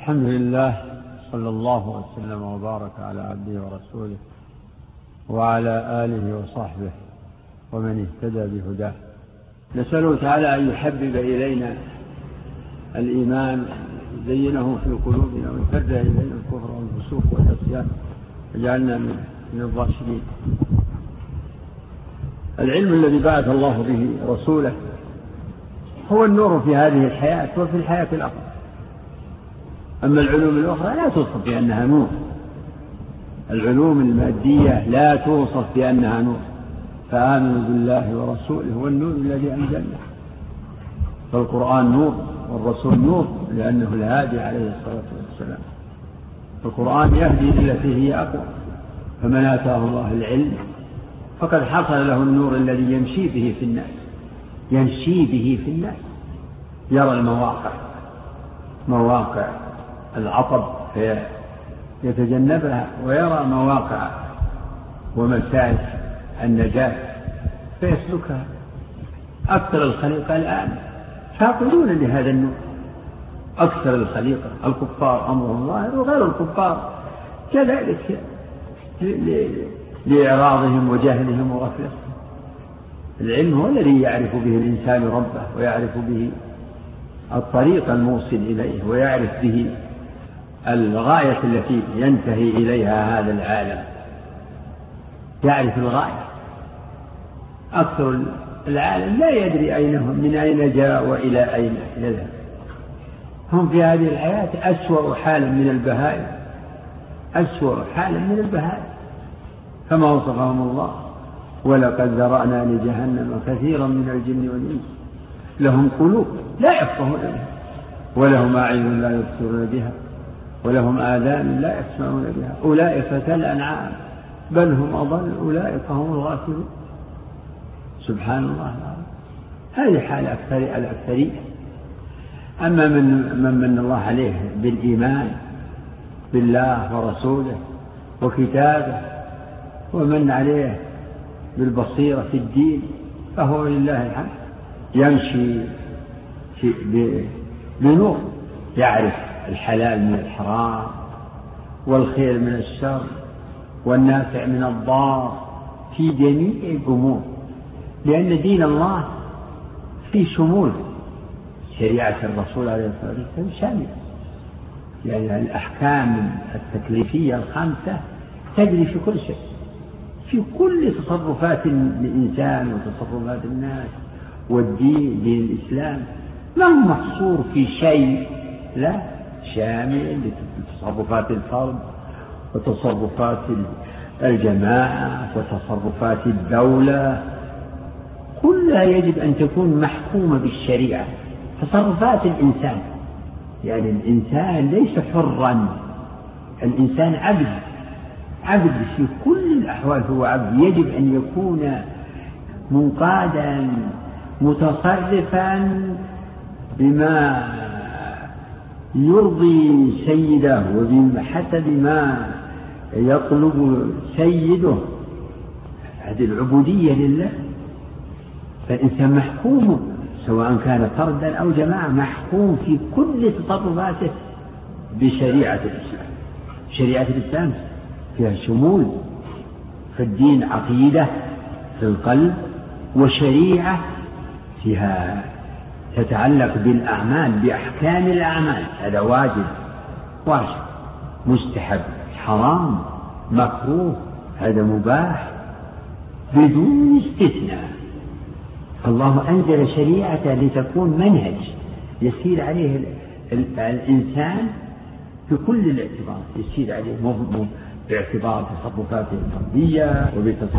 الحمد لله، صلى الله وسلم وبارك على عبده ورسوله وعلى آله وصحبه ومن اهتدى بهداه. نسأله تعالى أن يحبب إلينا الإيمان زينه في قلوبنا ويكره إلينا الكفر والفسوق والعصيان وجعلنا من الراشدين. العلم الذي بعث الله به رسوله هو النور في هذه الحياة وفي الحياة الأخرى. أما العلوم الأخرى لا توصف بأنها نور، العلوم المادية لا توصف بأنها نور. فآمنوا بالله ورسوله والنور الذي أنزلنا. فالقرآن نور والرسول نور لأنه الهادي عليه الصلاة والسلام. القرآن يهدي التي هي أقوى، فمن آتاه الله العلم فقد حصل له النور الذي يمشي به في الناس، يمشي به في الناس، يرى المواقع، مواقع العطب فيتجنبها، ويرى مواقع ومسالك النجاة فيسلكها. أكثر الخليقة الآن فاقدون لهذا النور، أكثر الخليقة، الكفار أمرهم ظاهر وغير الكفار كذلك لإعراضهم وجهلهم وغفلتهم. العلم هو الذي يعرف به الإنسان ربه، ويعرف به الطريق الموصل إليه، ويعرف به الغاية التي ينتهي إليها هذا العالم، يعرف الغاية. أكثر العالم لا يدري من أين جاء وإلى أين يذهب. هم في هذه الحياة أسوأ حالا من البهائم، أسوأ حالا من البهائم كما وصفهم الله: ولقد ذرأنا لجهنم كثيرا من الجن والإنس لهم قلوب لا يفقهون بها، ولهم أعين لا يبصرون بها، ولهم آذان لا يسمعون بها، أولئك كالأنعام بل هم أضل، أولئك هم الغافلون. سبحان الله. هذه حال الأكثرية. أما من الله عليه بالإيمان بالله ورسوله وكتابه، ومن عليه بالبصيرة في الدين، فهو لله الحمد يمشي بنور، يعرف الحلال من الحرام والخير من الشر والنافع من الضار في جميع الأمور، لأن دين الله في شمول شريعة الرسول عليه الصلاة والسلام شامل، يعني الأحكام التكليفية الخمسة تجري في كل شيء، في كل تصرفات الإنسان وتصرفات الناس. والدين دين الإسلام ما هو محصور في شيء، لا، شامل لتصرفات الفرد وتصرفات الجماعة وتصرفات الدولة، كلها يجب أن تكون محكومة بالشريعة. تصرفات الإنسان، يعني الإنسان ليس حرا، الإنسان عبد في كل الأحوال، هو عبد، يجب أن يكون منقادا متصرفا بما يرضي سيده وبحسب ما يطلب سيده. هذه العبودية لله. فالإنسان محكوم سواء كان فردا أو جماعة، محكوم في كل تصرفاته بشريعة الإسلام. شريعة الإسلام فيها شمول، فالدين عقيدة في القلب، وشريعة فيها تتعلق بالأعمال، بأحكام الأعمال. هذا واجب، مستحب، حرام، مكروه، هذا مباح بدون استثناء. الله أنزل شريعة لتكون منهج يسير عليه الإنسان في كل الاعتبار، يسير عليه باعتبار تصرفاته الفردية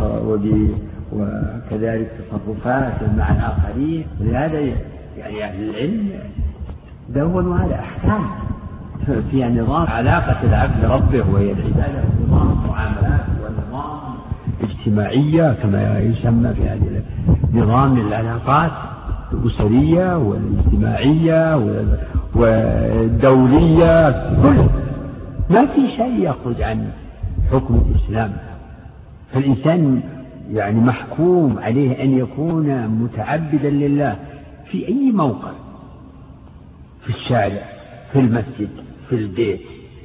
وكذلك تصرفاته مع الآخرين. ولهذا يعني أهل العلم دونوا على أحكام فيها نظام علاقة العبد بربه وهي العبادة، نظام معاملات ونظام اجتماعية كما يسمى في هذه نظام العلاقات الأسرية والاجتماعية والدولية، كل ما في شيء يخرج عن حكم الإسلام. فالإنسان يعني محكوم عليه أن يكون متعبدا لله في أي موقع، في الشارع، في المسجد، في البيت،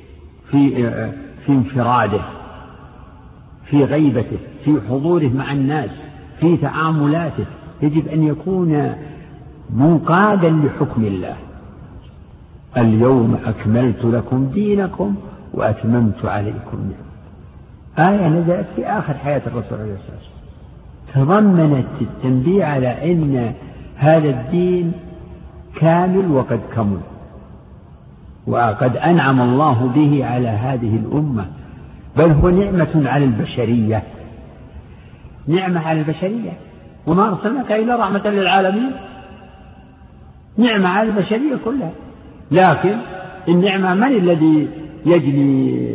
في انفراده، في غيبته، في حضوره مع الناس، في تعاملاته، يجب أن يكون منقادا لحكم الله. اليوم أكملت لكم دينكم وأتممت عليكم نعمتي. آية نزلت في آخر حياة الرسول عليه الصلاة والسلام تضمنت التنبيه على أن هذا الدين كامل وقد كمل، وقد أنعم الله به على هذه الأمة، بل هو نعمة على البشرية، نعمة على البشرية. وما أرسلناك إلا رحمة للعالمين، نعمة على البشرية كلها. لكن النعمة من الذي يجني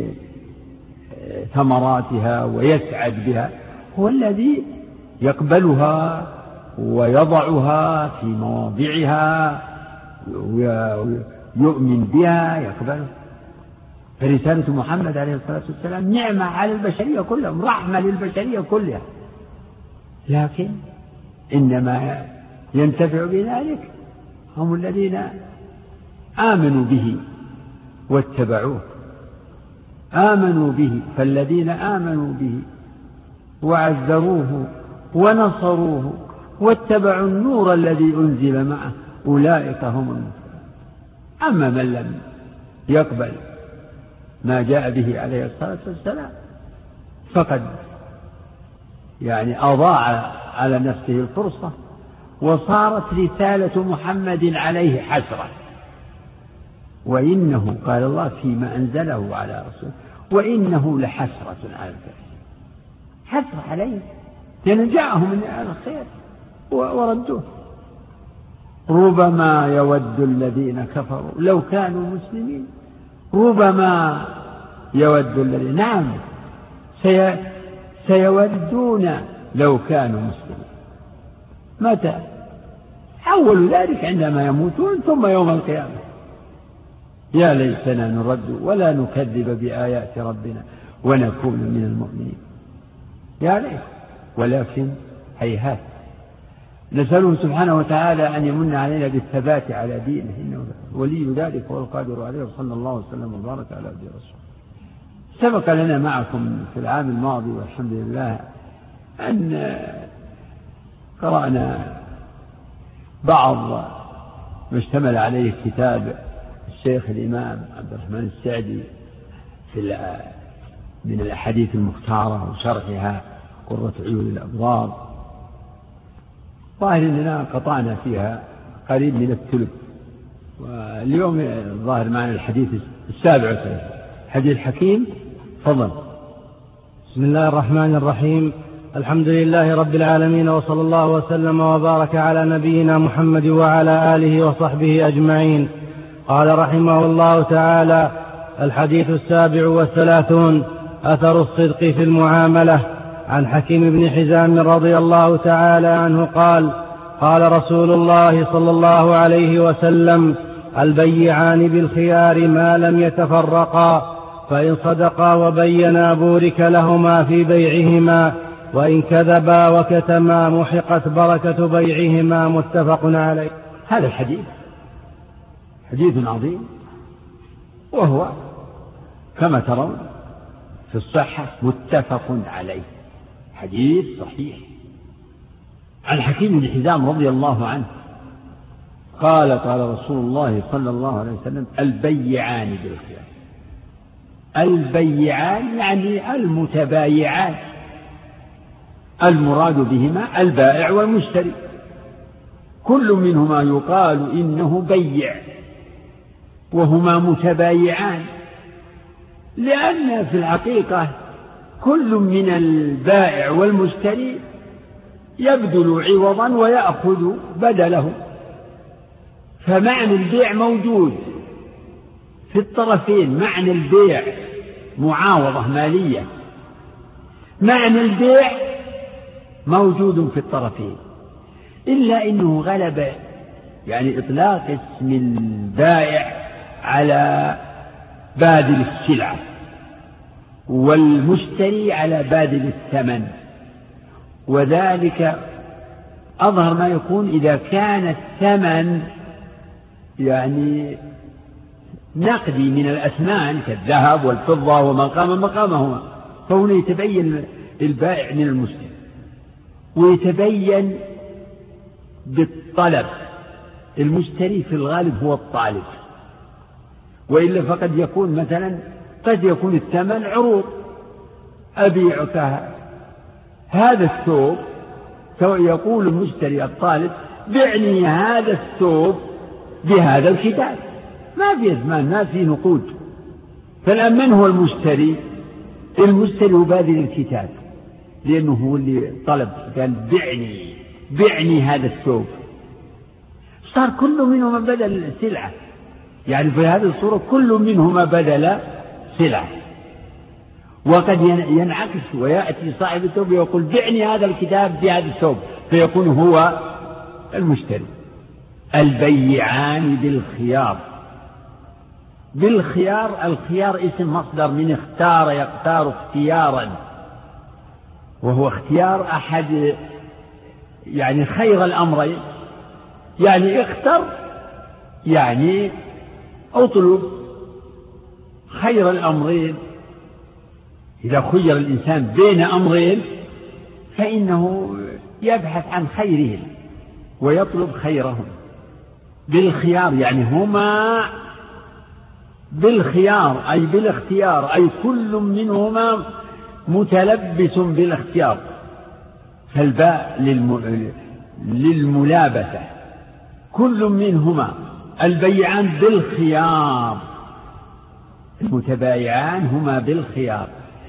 ثمراتها ويسعد بها؟ هو الذي يقبلها ويضعها في مواضعها ويؤمن بها يقبلها. فرسالة محمد عليه الصلاة والسلام نعمة على البشرية كلها، رحمة للبشرية كلها، لكن إنما ينتفع بذلك هم الذين آمنوا به واتبعوه. آمنوا به، فالذين آمنوا به وعزروه ونصروه واتبعوا النور الذي أنزل معه أولئك هم المفلحون. أما من لم يقبل ما جاء به عليه الصلاة والسلام فقد أضاع على نفسه الفرصة، وصارت رسالة محمد عليه حسرة. وإنه قال الله فيما أنزله على رسوله وإنه لحسرة على الكافرين، حسرة عليه لأن جاءهم من الخير وردوه. ربما يود الذين كفروا لو كانوا مسلمين، ربما يود الذين، نعم سيودون لو كانوا مسلمين. متى؟ أول ذلك عندما يموتون، ثم يوم القيامة يا ليتنا نرد ولا نكذب بآيات ربنا ونكون من المؤمنين. يا ليت، ولكن هيهات. نسأله سبحانه وتعالى أن يمن علينا بالثبات على دينه، إنه ولي ذلك والقادر عليه، وصلى الله وسلم وبارك على عبده ورسوله. سبق لنا معكم في العام الماضي والحمد لله أن قرأنا بعض ما اشتمل عليه كتاب الشيخ الإمام عبد الرحمن السعدي من الأحاديث المختارة وشرحها قرة عيون الأبرار. ظاهر أننا قطعنا فيها قريب من الثلث، واليوم الظاهر معنا الحديث 37 حديث حكيم. فضل. بسم الله الرحمن الرحيم. الحمد لله رب العالمين، وصلى الله وسلم وبارك على نبينا محمد وعلى آله وصحبه أجمعين. قال رحمه الله تعالى: الحديث 37 أثر الصدق في المعاملة. عن حكيم بن حزام رضي الله تعالى عنه قال: قال رسول الله صلى الله عليه وسلم: البيعان بالخيار ما لم يتفرقا، فإن صدقا وبينا بورك لهما في بيعهما، وإن كذبا وكتما محقت بركة بيعهما. متفق عليه. هذا الحديث حديث عظيم، وهو كما ترون في الصحة متفق عليه، حديث صحيح. عن حكيم بن حزام رضي الله عنه قال: قال رسول الله صلى الله عليه وسلم: البيعان بالخيار. البيعان يعني المتبايعان، المراد بهما البائع والمشتري، كل منهما يقال إنه بيع، وهما متبايعان، لأن في الحقيقة كل من البائع والمشتري يبذل عوضا ويأخذ بدله، فمعنى البيع موجود في الطرفين. معنى البيع معاوضة مالية، معنى البيع موجود في الطرفين، إلا أنه غلب إطلاق اسم البائع على بادل السلعة، والمشتري على بادل الثمن. وذلك أظهر ما يكون إذا كان الثمن نقدي من الأثمان كالذهب والفضة وما قام مقامهما، فهنا يتبين البائع من المشتري، ويتبين بالطلب. المشتري في الغالب هو الطالب، وإلا فقد يكون مثلا قد يكون الثمن عروض، أبيعك هذا الثوب، يقول المشتري الطالب بعني هذا الثوب بهذا الكتاب، ما في أثمان، ما في نقود. فالآن من هو المشتري؟ المشتري هو باذل الكتاب، لأنه هو اللي طلب، قال بعني هذا الثوب. صار كل منهما بدل سلعة، يعني في هذه الصورة كل منهما بدل سلعة. وقد ينعكس ويأتي صاحب الثوب ويقول بعني هذا الكتاب بهذا الثوب، فيكون هو المشتري. البيعان بالخيار. بالخيار، الخيار اسم مصدر من اختار يختار اختيارا، وهو اختيار أحد يعني خير الأمرين، يعني اختر يعني اطلب خير الأمرين. إذا خير الإنسان بين أمرين فإنه يبحث عن خيرهم ويطلب خيرهم. بالخيار يعني هما بالخيار أي بالاختيار، أي كل منهما متلبس بالاختيار. فالباء للملابسة، كل منهما. البيعان بالخيار، المتبايعان هما بالخيار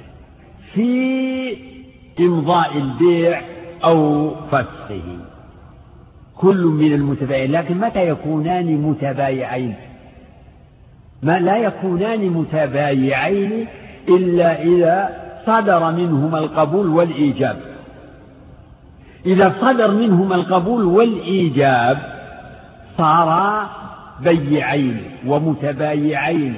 في إمضاء البيع أو فسخه، كل من المتبايعين. لكن متى يكونان متبايعين؟ ما لا يكونان متبايعين إلا إذا صدر منهما القبول والإيجاب. إذا صدر منهما القبول والإيجاب صارا بيعين ومتبايعين.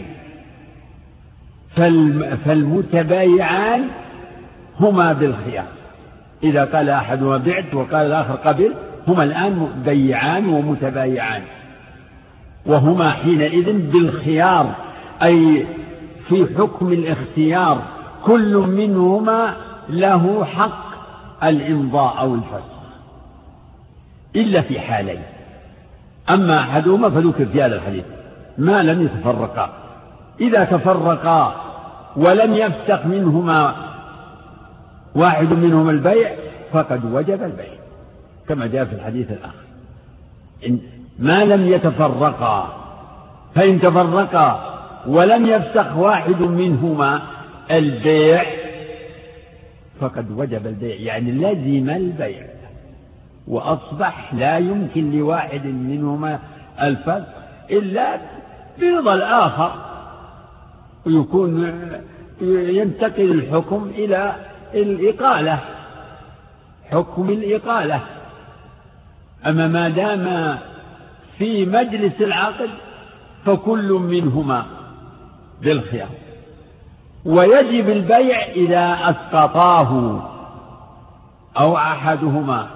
فالمتبايعان هما بالخيار، إذا قال أحدهما بعت وقال الآخر قبل، هما الآن بيعان ومتبايعان، وهما حينئذ بالخيار، أي في حكم الاختيار، كل منهما له حق الإمضاء أو الفسخ إلا في حالين. أما أحدهما فذكر في هذا الحديث ما لم يتفرقا. إذا تفرقا ولم يفسخ منهما واحد منهما البيع فقد وجب البيع، كما جاء في الحديث الآخر. ما لم يتفرقا، فإن تفرقا ولم يفسخ واحد منهما البيع فقد وجب البيع، يعني لزم البيع، وأصبح لا يمكن لواحد منهما الفسخ إلا برضا الآخر، ويكون ينتقل الحكم إلى الإقالة، حكم الإقالة. أما ما دام في مجلس العقد فكل منهما بالخيار. ويجب البيع إذا أسقطاه أو أحدهما،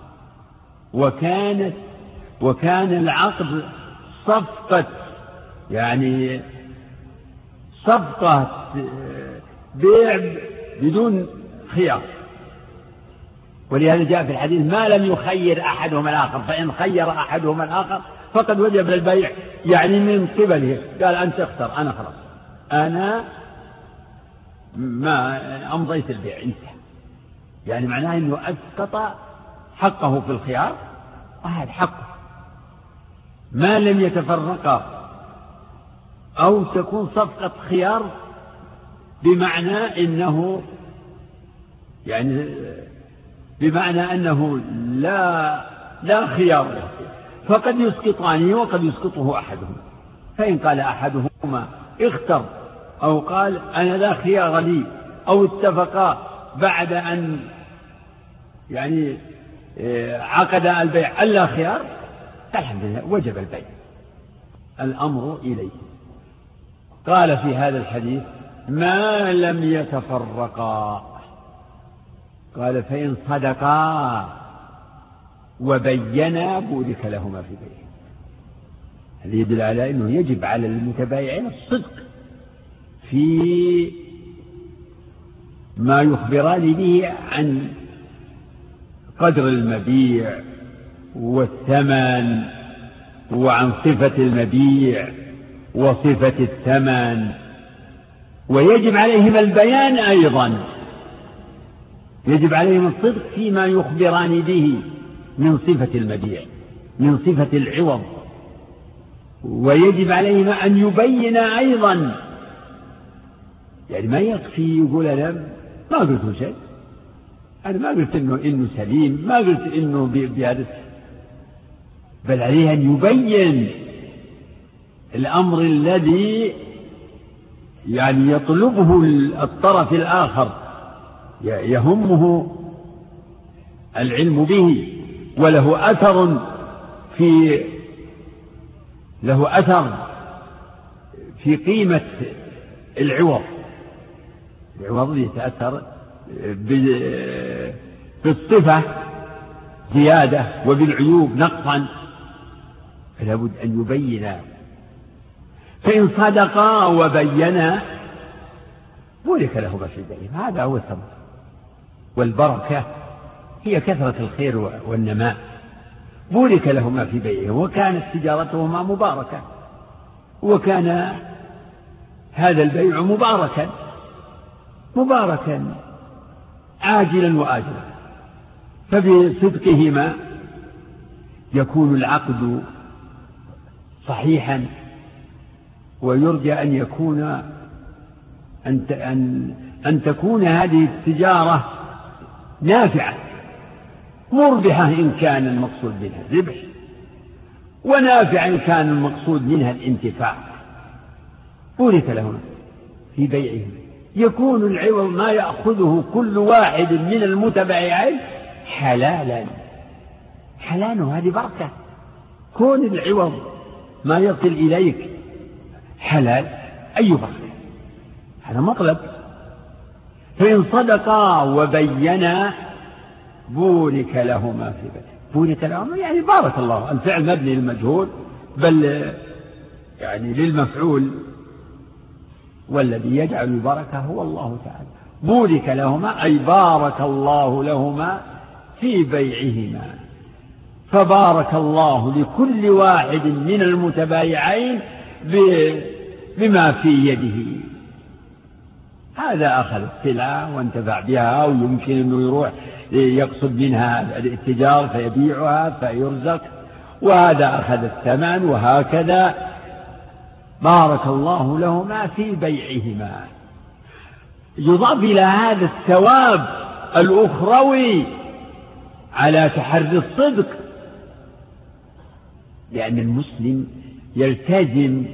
وكان العقد صفقة، يعني صفقة بيع بدون خيار. ولهذا جاء في الحديث ما لم يخير أحدهما الآخر، فإن خير أحدهما الآخر فقد وجب البيع، يعني من قبله قال أنت اختر، أنا خلاص أنا ما أمضيت البيع انتهى، يعني معناه أنه أسقط حقه في الخيار وهذا حقه. ما لم يتفرقا، أو تكون صفقة خيار بمعنى أنه يعني بمعنى أنه لا خيار له، فقد يسقطانه وقد يسقطه أحدهما. فإن قال أحدهما اختر أو قال أنا لا خيار لي، أو اتفقا بعد أن يعني عقد البيع ألا خيار، الحمد لله وجب البيع، الأمر إليه. قال في هذا الحديث ما لم يتفرقا، قال فإن صدقا وبينا بورك لهما في بيعهما. هذا يدل على أنه يجب على المتبايعين الصدق في ما يخبران به عن قدر المبيع والثمن، وعن صفة المبيع وصفة الثمن، ويجب عليهم البيان أيضا، يجب عليهم الصدق فيما يخبران به من صفة المبيع، من صفة العوض، ويجب عليهم أن يبين أيضا. يعني ما يكفي يقول أنا ما قلت شيء، أنا ما قلت إنه سليم، ما قلت إنه بهذا، بل عليه أن يبين الأمر الذي يعني يطلبه الطرف الآخر، يهمه العلم به، وله أثر في قيمة العوض. العوض يتأثر بالصفة زيادة وبالعيوب نقصا، فلا بد أن يبينا. فإن صدقا وبينا بورك لهما في بيعهما. هذا هو الثمر، والبركة هي كثرة الخير والنماء. بورك لهما في بيعهما وكانت تجارتهما مباركة، وكان هذا البيع مباركا عاجلا وآجلا. فبصدقهما يكون العقد صحيحا، ويرجى أن يكون أن تكون هذه التجارة نافعة مربحة إن كان المقصود منها الربح، ونافعة إن كان المقصود منها الانتفاع. بورك لهما في بيعهم، يكون العوض ما يأخذه كل واحد من المتبايعين حلالا، هذه بركة. كون العوض ما يصل إليك حلال أي بركة، هذا مطلب. فإن صدقا وبينا بورك لهما في بيعهما. بورك لهما يعني بارك الله، الفعل مبني للمجهول بل يعني للمفعول، والذي يجعل البركة هو الله تعالى. بورك لهما أي بارك الله لهما في بيعهما، فبارك الله لكل واحد من المتبايعين بما في يده. هذا أخذ السلعة وانتفع بها، ويمكن أنه يروح يقصد منها الاتجار فيبيعها فيرزق، وهذا أخذ الثمن، وهكذا. بارك الله لهما في بيعهما. يضاف إلى هذا الثواب الأخروي على تحري الصدق، لأن المسلم يلتزم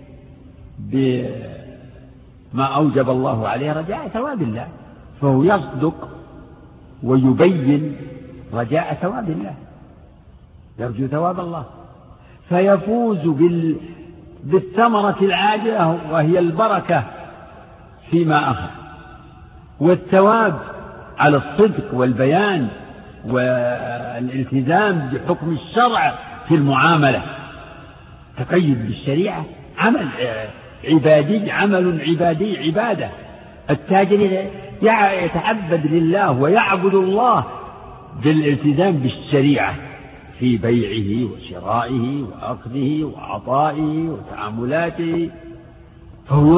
بما أوجب الله عليه رجاء ثواب الله، فهو يصدق ويبين رجاء ثواب الله، يرجو ثواب الله، فيفوز بالثمرة العاجلة وهي البركة فيما أخذ، والثواب على الصدق والبيان والالتزام بحكم الشرع في المعاملة. تقيد بالشريعة عمل عبادي، عمل عبادي، عبادة. التاجر يتعبد لله ويعبد الله بالالتزام بالشريعة في بيعه وشرائه وأخذه وعطائه وتعاملاته، فهو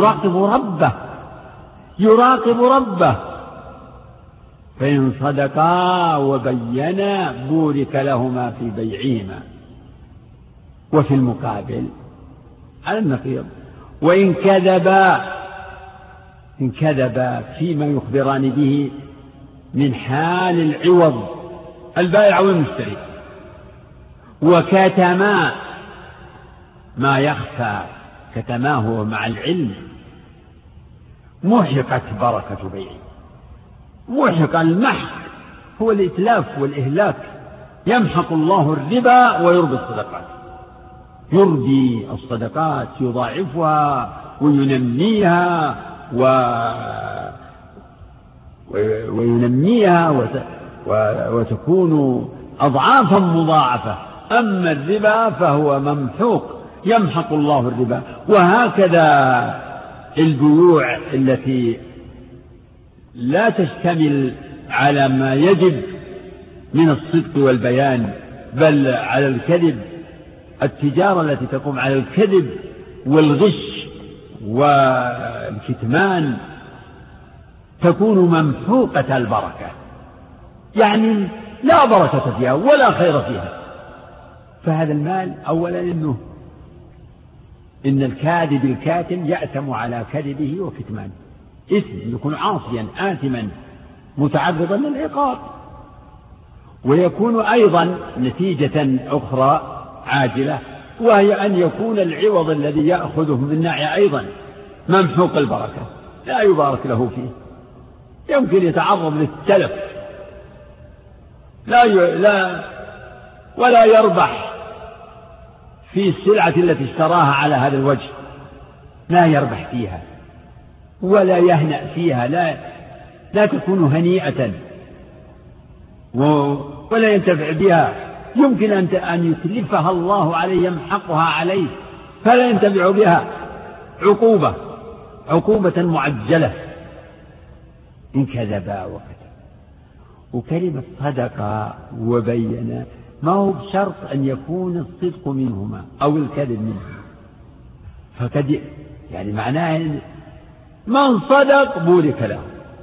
يراقب ربه. فإن صدقا وبينا بورك لهما في بيعهما. وفي المقابل على النقيض، وإن كذبا فيما يخبران به من حال العوض البائع والمشتري، وكتما ما يخفى، كتماه مع العلم، محقت بركة بيعه. محق المحق هو الإتلاف والإهلاك. يمحق الله الربا ويربي الصدقات، يربي الصدقات، يضاعفها وينميها وتكون أضعافا مضاعفة. أما الربا فهو ممحوق يمحق الله الربا. وهكذا البيوع التي لا تشتمل على ما يجب من الصدق والبيان بل على الكذب، التجارة التي تقوم على الكذب والغش والكتمان تكون ممحوقة البركة، يعني لا بركة فيها ولا خير فيها. فهذا المال أولا إن الكاذب الكاتم يأثم على كذبه وكتمانه، إثم، يكون عاصيا آثما متعرضا للعقاب. ويكون أيضا نتيجة أخرى عاجلة، وهي أن يكون العوض الذي يأخذه من ناحية أيضا ممحوق البركة، لا يبارك له فيه، يمكن يتعرض للتلف، ولا يربح في السلعة التي اشتراها على هذا الوجه، لا يربح فيها ولا يهنأ فيها، لا تكون هنيئة ولا ينتفع بها، يمكن أن يتلفها الله عليه، يمحقها عليه فلا ينتفع بها، عقوبة معجلة إن كذبا وكذب. وكلمة صدق وبين ما هو بشرط أن يكون الصدق منهما أو الكذب منهما، فقد يعني معناه من صدق بورك له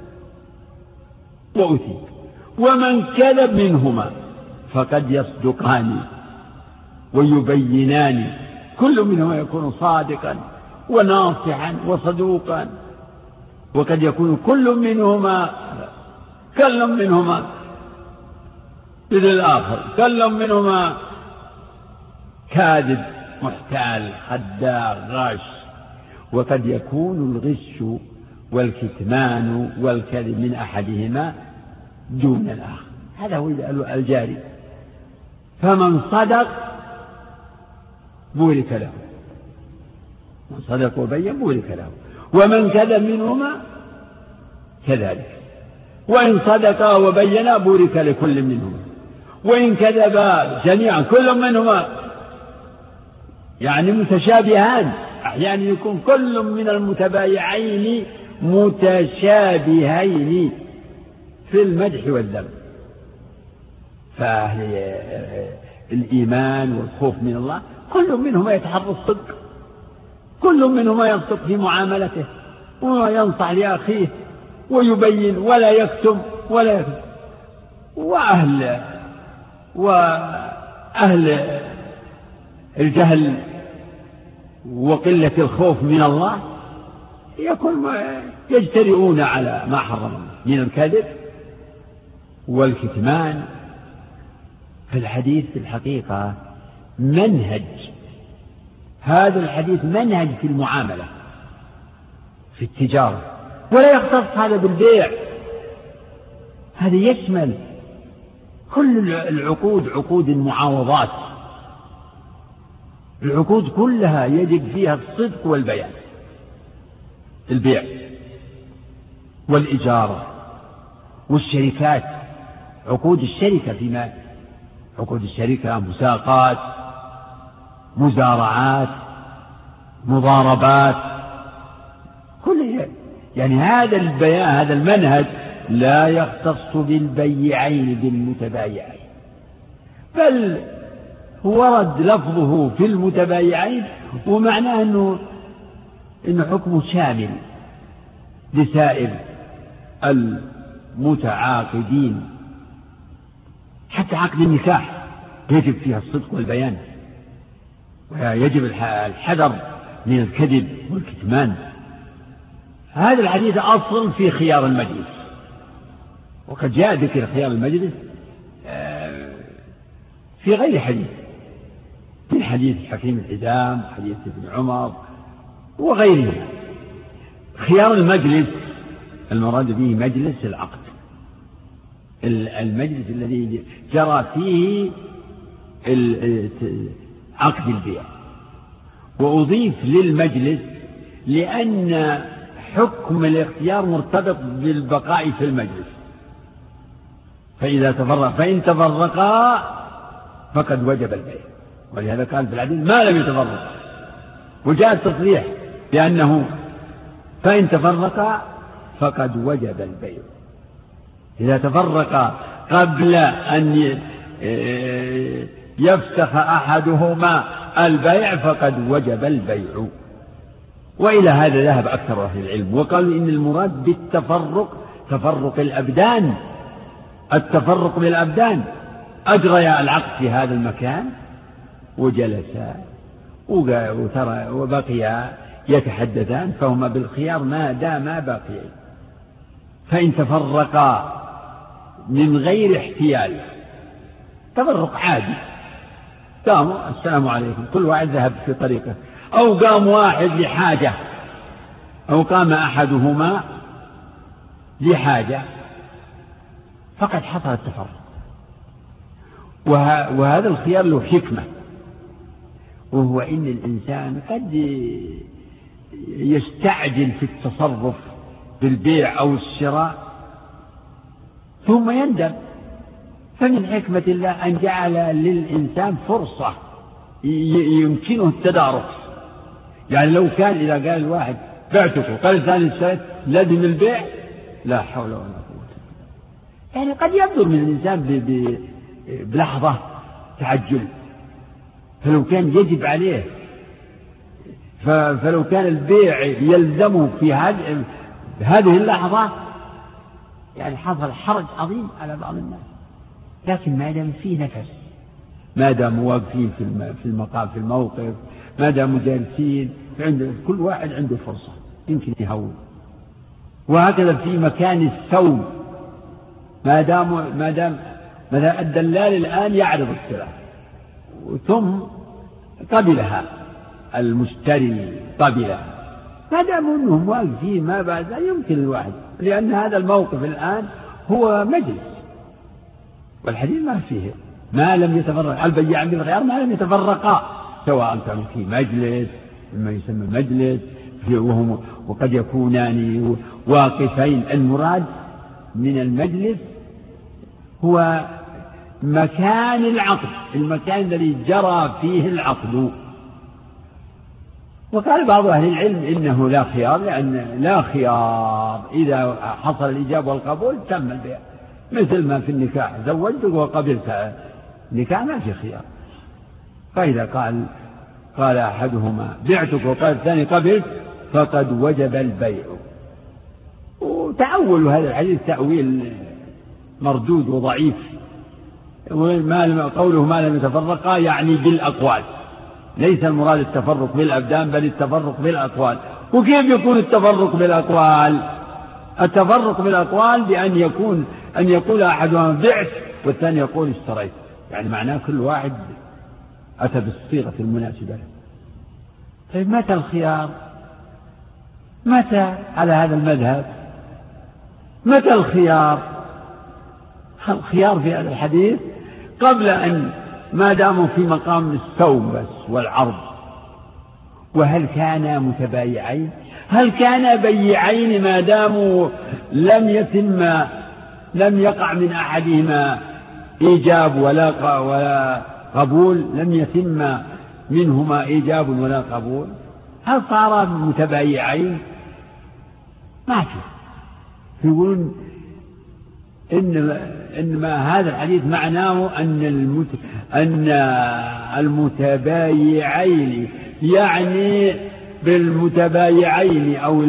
وأثيب، ومن كذب منهما فقد يصدقان ويبينان، كل منهما يكون صادقا وناصحا وصدوقا، وقد يكون كل منهما مثل الآخر، كل منهما كاذب محتال خداع غاش، وقد يكون الغش والكتمان والكذب من أحدهما دون الآخر، هذا هو الجاري. فمن صدق بورك له، من صدق وبين بورك له، ومن كذب منهما كذلك، وإن صدق وبين بورك لكل منهما، وإن كذب جميعا كل منهما يعني متشابهان، أحيانا يكون كل من المتبايعين متشابهين في المدح والذم. فأهل الإيمان والخوف من الله كل منهما يتحرى الصدق، كل منهما يصدق في معاملته وينصح لأخيه ويبين ولا يكتم وأهل الجهل وقلة الخوف من الله يجترئون على ما حرم من الكذب والكتمان. في الحديث في الحقيقة منهج، هذا الحديث منهج في المعاملة في التجارة، ولا يختص هذا بالبيع، هذا يشمل كل العقود، عقود المعاوضات، العقود كلها يجب فيها الصدق والبيان، البيع والإجارة والشركات، عقود الشركة عقود الشركة مساقات، مزارعات، مضاربات، كل يعني هذا البيان، هذا المنهج لا يختص بالبيعين بالمتبايعين، بل ورد لفظه في المتبايعين، ومعناه إنه حكم شامل لسائر المتعاقدين، حتى عقد النكاح يجب فيها الصدق والبيان، ويجب الحذر من الكذب والكتمان. هذا الحديث أصل في خيار المجلس، وقد جاء ذكر خيار المجلس في غير حديث، من حديث حكيم الحزام، حديث ابن عمر وغيره. خيار المجلس المراد به مجلس العقد، المجلس الذي جرى فيه عقد البيع، وأضيف للمجلس لأن حكم الاختيار مرتبط بالبقاء في المجلس، فإن تفرقا فقد وجب البيع، ولهذا قال في الحديث ما لم يتفرق وجاء التصريح بأنه فإن تفرقا فقد وجب البيع. إذا تفرقا قبل أن يفسخ أحدهما البيع فقد وجب البيع. وإلى هذا ذهب أكثر أهل العلم، وقالوا إن المراد بالتفرق تفرق الأبدان. التفرق بالأبدان، أجريا العقد في هذا المكان وجلسا وبقيا يتحدثان فهما بالخيار ما داما باقيين. فإن تفرقا من غير احتيال، تفرق عادي، قاموا السلام عليكم كل واحد ذهب في طريقه، أو قام واحد لحاجة، أو قام أحدهما لحاجة، فقد حصل التفرق. وهذا الخيار له حكمة، وهو إن الإنسان قد يستعجل في التصرف بالبيع أو الشراء ثم يندم. فمن حكمة الله أن جعل للإنسان فرصة يمكنه التدارك. يعني لو كان إذا قال الواحد بعتك وقال الثاني اشتريت لازم البيع، لا حول ولا قوة. يعني قد يبدر من الإنسان بلحظة تعجل، فلو كان يجب عليه، فلو كان البيع يلزمه في هذه اللحظة، يعني حصل حرج عظيم على بعض الناس. لكن ما دام فيه نفس، ما دام واقفين في المقام في الموقف، ما دام جالسين، كل واحد عنده فرصة يمكن يهون. وهكذا في مكان الثوم، ما دام الدلال الآن يعرض السلعة ثم قبلها المشتري قبلها، ما دام انهم واقفين ما بعد يمكن الواحد، لأن هذا الموقف الآن هو مجلس، والحديث ما فيه ما لم يتفرق البيعان بالخيار ما لم يتفرقا، سواء كانوا في مجلس مما يسمى مجلس وقد يكونان واقفين. المراد من المجلس هو مكان العقد، المكان الذي جرى فيه العقد. وقال بعض أهل العلم إنه لا خيار، لأن لا خيار إذا حصل الإجابة والقبول تم البيع، مثل ما في النكاح زوجتك وقبلت النكاح ما في خيار. فإذا قال أحدهما بعتك وقال الثاني قبلت فقد وجب البيع. وتأول هذا الحديث تأويل مردود وضعيف، قوله ما لم يتفرقا يعني بالأقوال، ليس المراد التفرق بالأبدان بل التفرق بالأقوال. وكيف يكون التفرق بالأقوال؟ التفرق بالأقوال بأن يقول أحدهما بعت والثاني يقول اشتريت، يعني معناه كل واحد أتى بالصيغة المناسبة. طيب متى الخيار؟ متى على هذا المذهب؟ متى الخيار؟ الخيار في هذا الحديث قبل أن ما داموا في مقام الثوم بس والعرض. وهل كانا متبايعين؟ هل كان بيعين ما داموا لم يقع من أحدهما إيجاب ولا قبول، لم يتم منهما إيجاب ولا قبول؟ هل صار متبايعين؟ ما في. يقولون إنما هذا الحديث معناه أن المتبايعين، يعني بالمتبايعين أو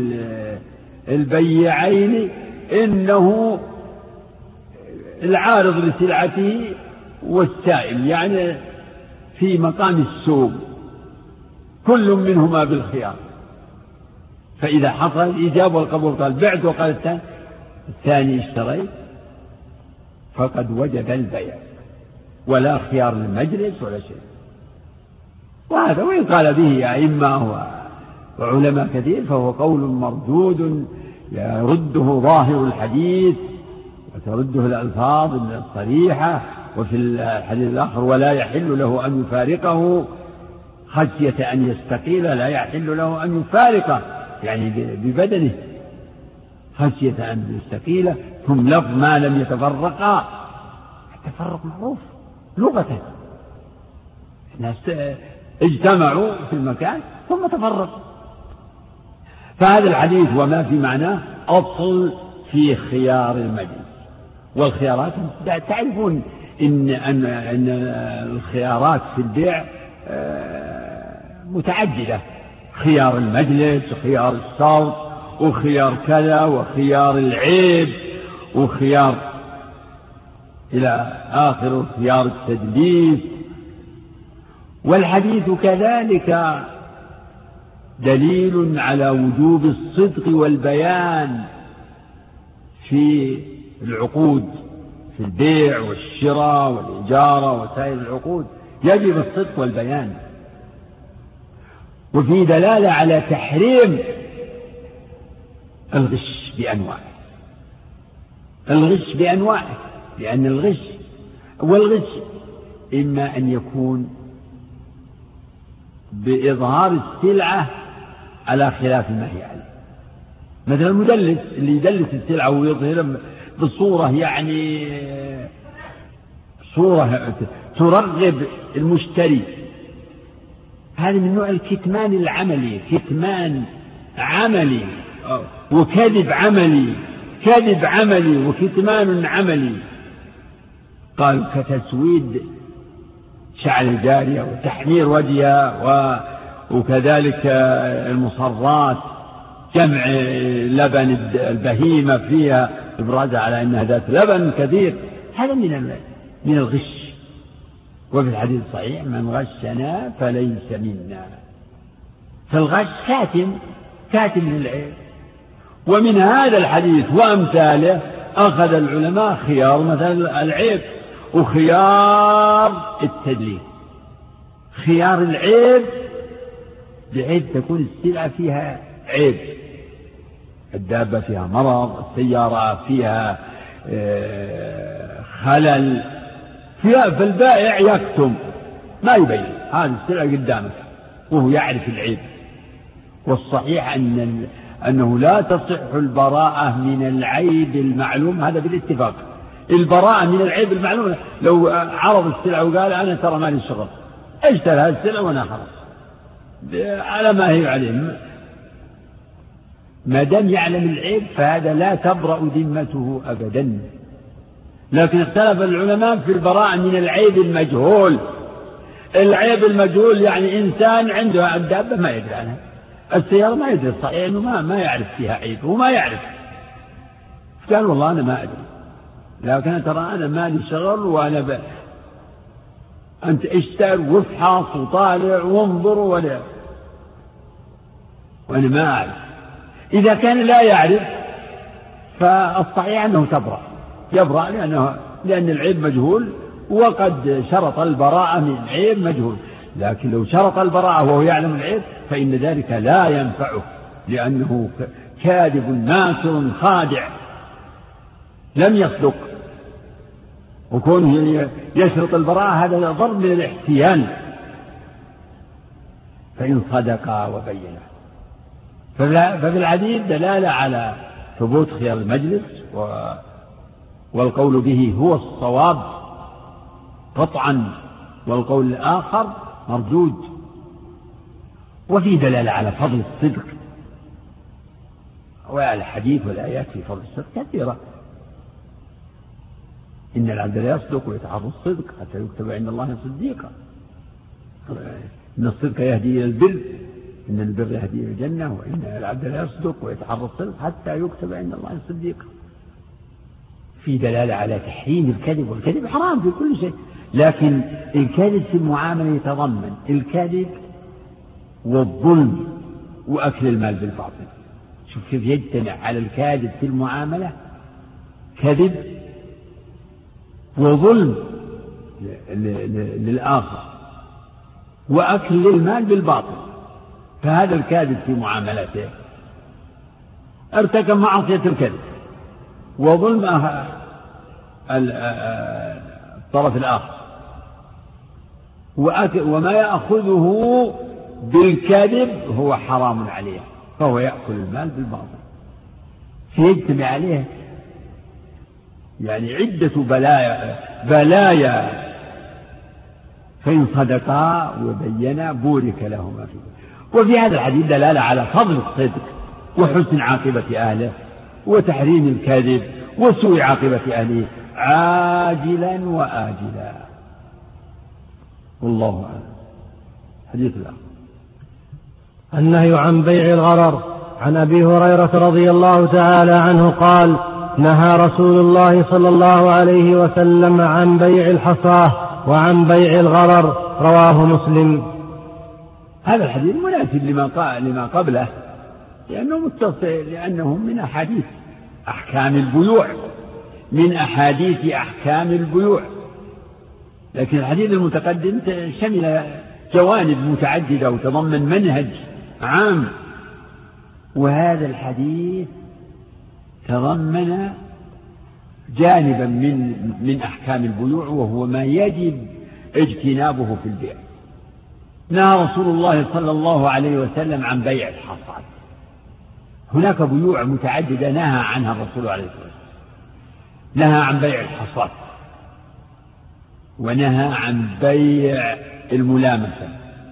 البيعين إنه العارض لسلعته والسائل، يعني في مقام السوق كل منهما بالخيار. فإذا حصل الإجابة والقبول قال بعت وقال الثاني اشتريت فقد وجب البيع، ولا خيار للمجلس ولا شيء. وهذا وإن قال به أئمة وعلماء كثير فهو قول مردود يرده ظاهر الحديث وترده الألفاظ الصريحة. وفي الحديث الآخر ولا يحل له أن يفارقه خشية أن يستقيل، لا يحل له أن يفارقه يعني ببدنه خشية أن يستقيل. ثم لفظ ما لم يتفرقا، التفرق معروف لغة، الناس اجتمعوا في المكان ثم تفرق. فهذا الحديث وما في معناه أصل في خيار المجلس. والخيارات تعرفون إن الخيارات في البيع متعددة، خيار المجلس وخيار الصوت وخيار كذا وخيار العيب وخيار إلى آخر خيار التدليس. والحديث كذلك دليل على وجوب الصدق والبيان في العقود، في البيع والشراء والإجارة وسائر العقود يجب الصدق والبيان. وفي دلالة على تحريم الغش بأنواعه، الغش بأنواعه، لأن الغش إما أن يكون بإظهار السلعة على خلاف ما هي عليه، مثلا المدلس اللي يدلس السلعة ويظهرها بصورة يعني صورة ترغب المشتري، هذا من نوع الكتمان العملي، كتمان عملي وكذب عملي، كذب عملي وكتمان عملي. قال كتسويد شعر الجارية وتحمير وجهها، وكذلك المصرات جمع لبن البهيمة فيها إبرازها على أنها ذات لبن كثير، هذا من الغش. وفي الحديث الصحيح من غشنا فليس منا. فالغش كاتم للعيب. ومن هذا الحديث وأمثاله أخذ العلماء خيار مثلا العيب وخيار التدليس. خيار العيب بحيث تكون السلعة فيها عيب، الدابة فيها مرض، السيارة فيها خلل فيها، فالبائع يكتم ما يبين هذه السلعة قدامك وهو يعرف العيب. والصحيح أنه لا تصح البراءة من العيب المعلوم، هذا بالاتفاق. البراءة من العيب المعلوم لو عرض السلعة وقال أنا ترى مالي شغل، اشتري هذه السلعة وأنا خلاص على ما هي عليه، ما دام يعلم العيب فهذا لا تبرأ ذمته أبدا. لكن اختلف العلماء في البراءة من العيب المجهول. العيب المجهول يعني إنسان عنده الدابة ما يدري عنها، السيارة ما يدري، الصحيح إنه ما يعرف فيها عيب وما يعرف، قال والله أنا ما أدري، لكن ترى أنا مالي شغل وأنا أنت اشتر وافحص وطالع وانظر وأنا ما أعرف. إذا كان لا يعرف فالصحيح أنه يبرأ لأن العيب مجهول، وقد شرط البراءة من عيب مجهول. لكن لو شرط البراءة وهو يعلم العيب فإن ذلك لا ينفعه، لأنه كاذب ماكر خادع لم يصدق. وكونه يشرط البراءة هذا ضرب من الاحتيال، فإن صدقا وبينا. ففي الحديث دلالة على ثبوت خيار المجلس، والقول به هو الصواب قطعا، والقول الآخر مردود. وفي دلالة على فضل الصدق، والحديث والآيات في فضل الصدق كثيرة. إن العبد لا يصدق ويتحرى الصدق حتى يكتب عند الله صديقا. إن الصدق يهدي إلى البر، إن البر يهدي إلى الجنة، وإن العبد لا يصدق ويتحرى الصدق حتى يكتب عند الله صديقا. في دلالة على تحريم الكذب، والكذب حرام في كل شيء، لكن الكذب في المعاملة يتضمن الكذب والظلم وأكل المال بالباطل. شوف كيف يجتمع على الكاذب في المعاملة، كذب وظلم للآخر وأكل المال بالباطل. فهذا الكاذب في معاملته ارتكب معصية الكذب وظلم الطرف الآخر، وما يأخذه بالكذب هو حرام عليه، فهو يأكل المال بالباطل. فيجتمع عليه يعني عدة بلايا. فإن صدقا وبينا بورك لهما فيه. وفي هذا الحديث دلالة على فضل الصدق وحسن عاقبة أهله وتحريم الكذب وسوء عاقبة أهله عاجلا وآجلا. والله أعلم. حديث الآخر النهي عن بيع الغرر. عن أبي هريرة رضي الله تعالى عنه قال: نهى رسول الله صلى الله عليه وسلم عن بيع الحصاة وعن بيع الغرر. رواه مسلم. هذا الحديث مناسب لما قبله، لأنه متصل، لأنه من أحاديث أحكام البيوع، من أحاديث أحكام البيوع. لكن الحديث المتقدم شمل جوانب متعددة وتضمن منهج عام، وهذا الحديث تضمن جانبا من أحكام البيوع، وهو ما يجب اجتنابه في البيع. نهى رسول الله صلى الله عليه وسلم عن بيع الحصاد. هناك بيوع متعددة نهى عنها الرسول عليه الصلاة والسلام. نهى عن بيع الحصاد، ونهى عن بيع الملامسة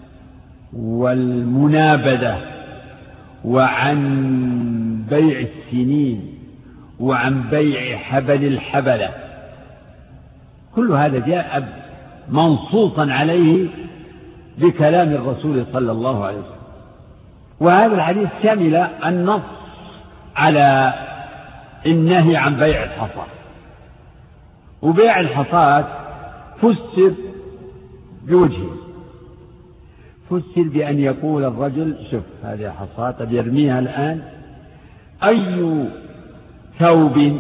والمنابذة، وعن بيع السنين، وعن بيع حبل الحبلة. كل هذا جاء منصوصا عليه بكلام الرسول صلى الله عليه وسلم. وهذا الحديث شمل النص على النهي عن بيع الحصاد. وبيع الحصاد فسر بوجهه. فسر بأن يقول الرجل: شوف هذه حصاد يرميها الآن، أي ثوب،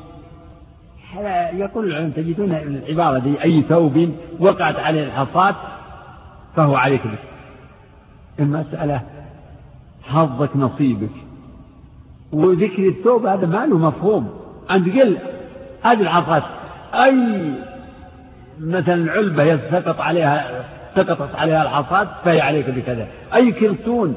يقول تجدون العبارة دي: أي ثوب وقعت عليه الحصاد فهو عليك به. المسألة حظك نصيبك. وذكر الثوب هذا ما له مفهوم. أنت قل هذه الحصاد، أي مثلا علبة سقطت عليها الحصاد فهي عليك بكذا. أي كرتون،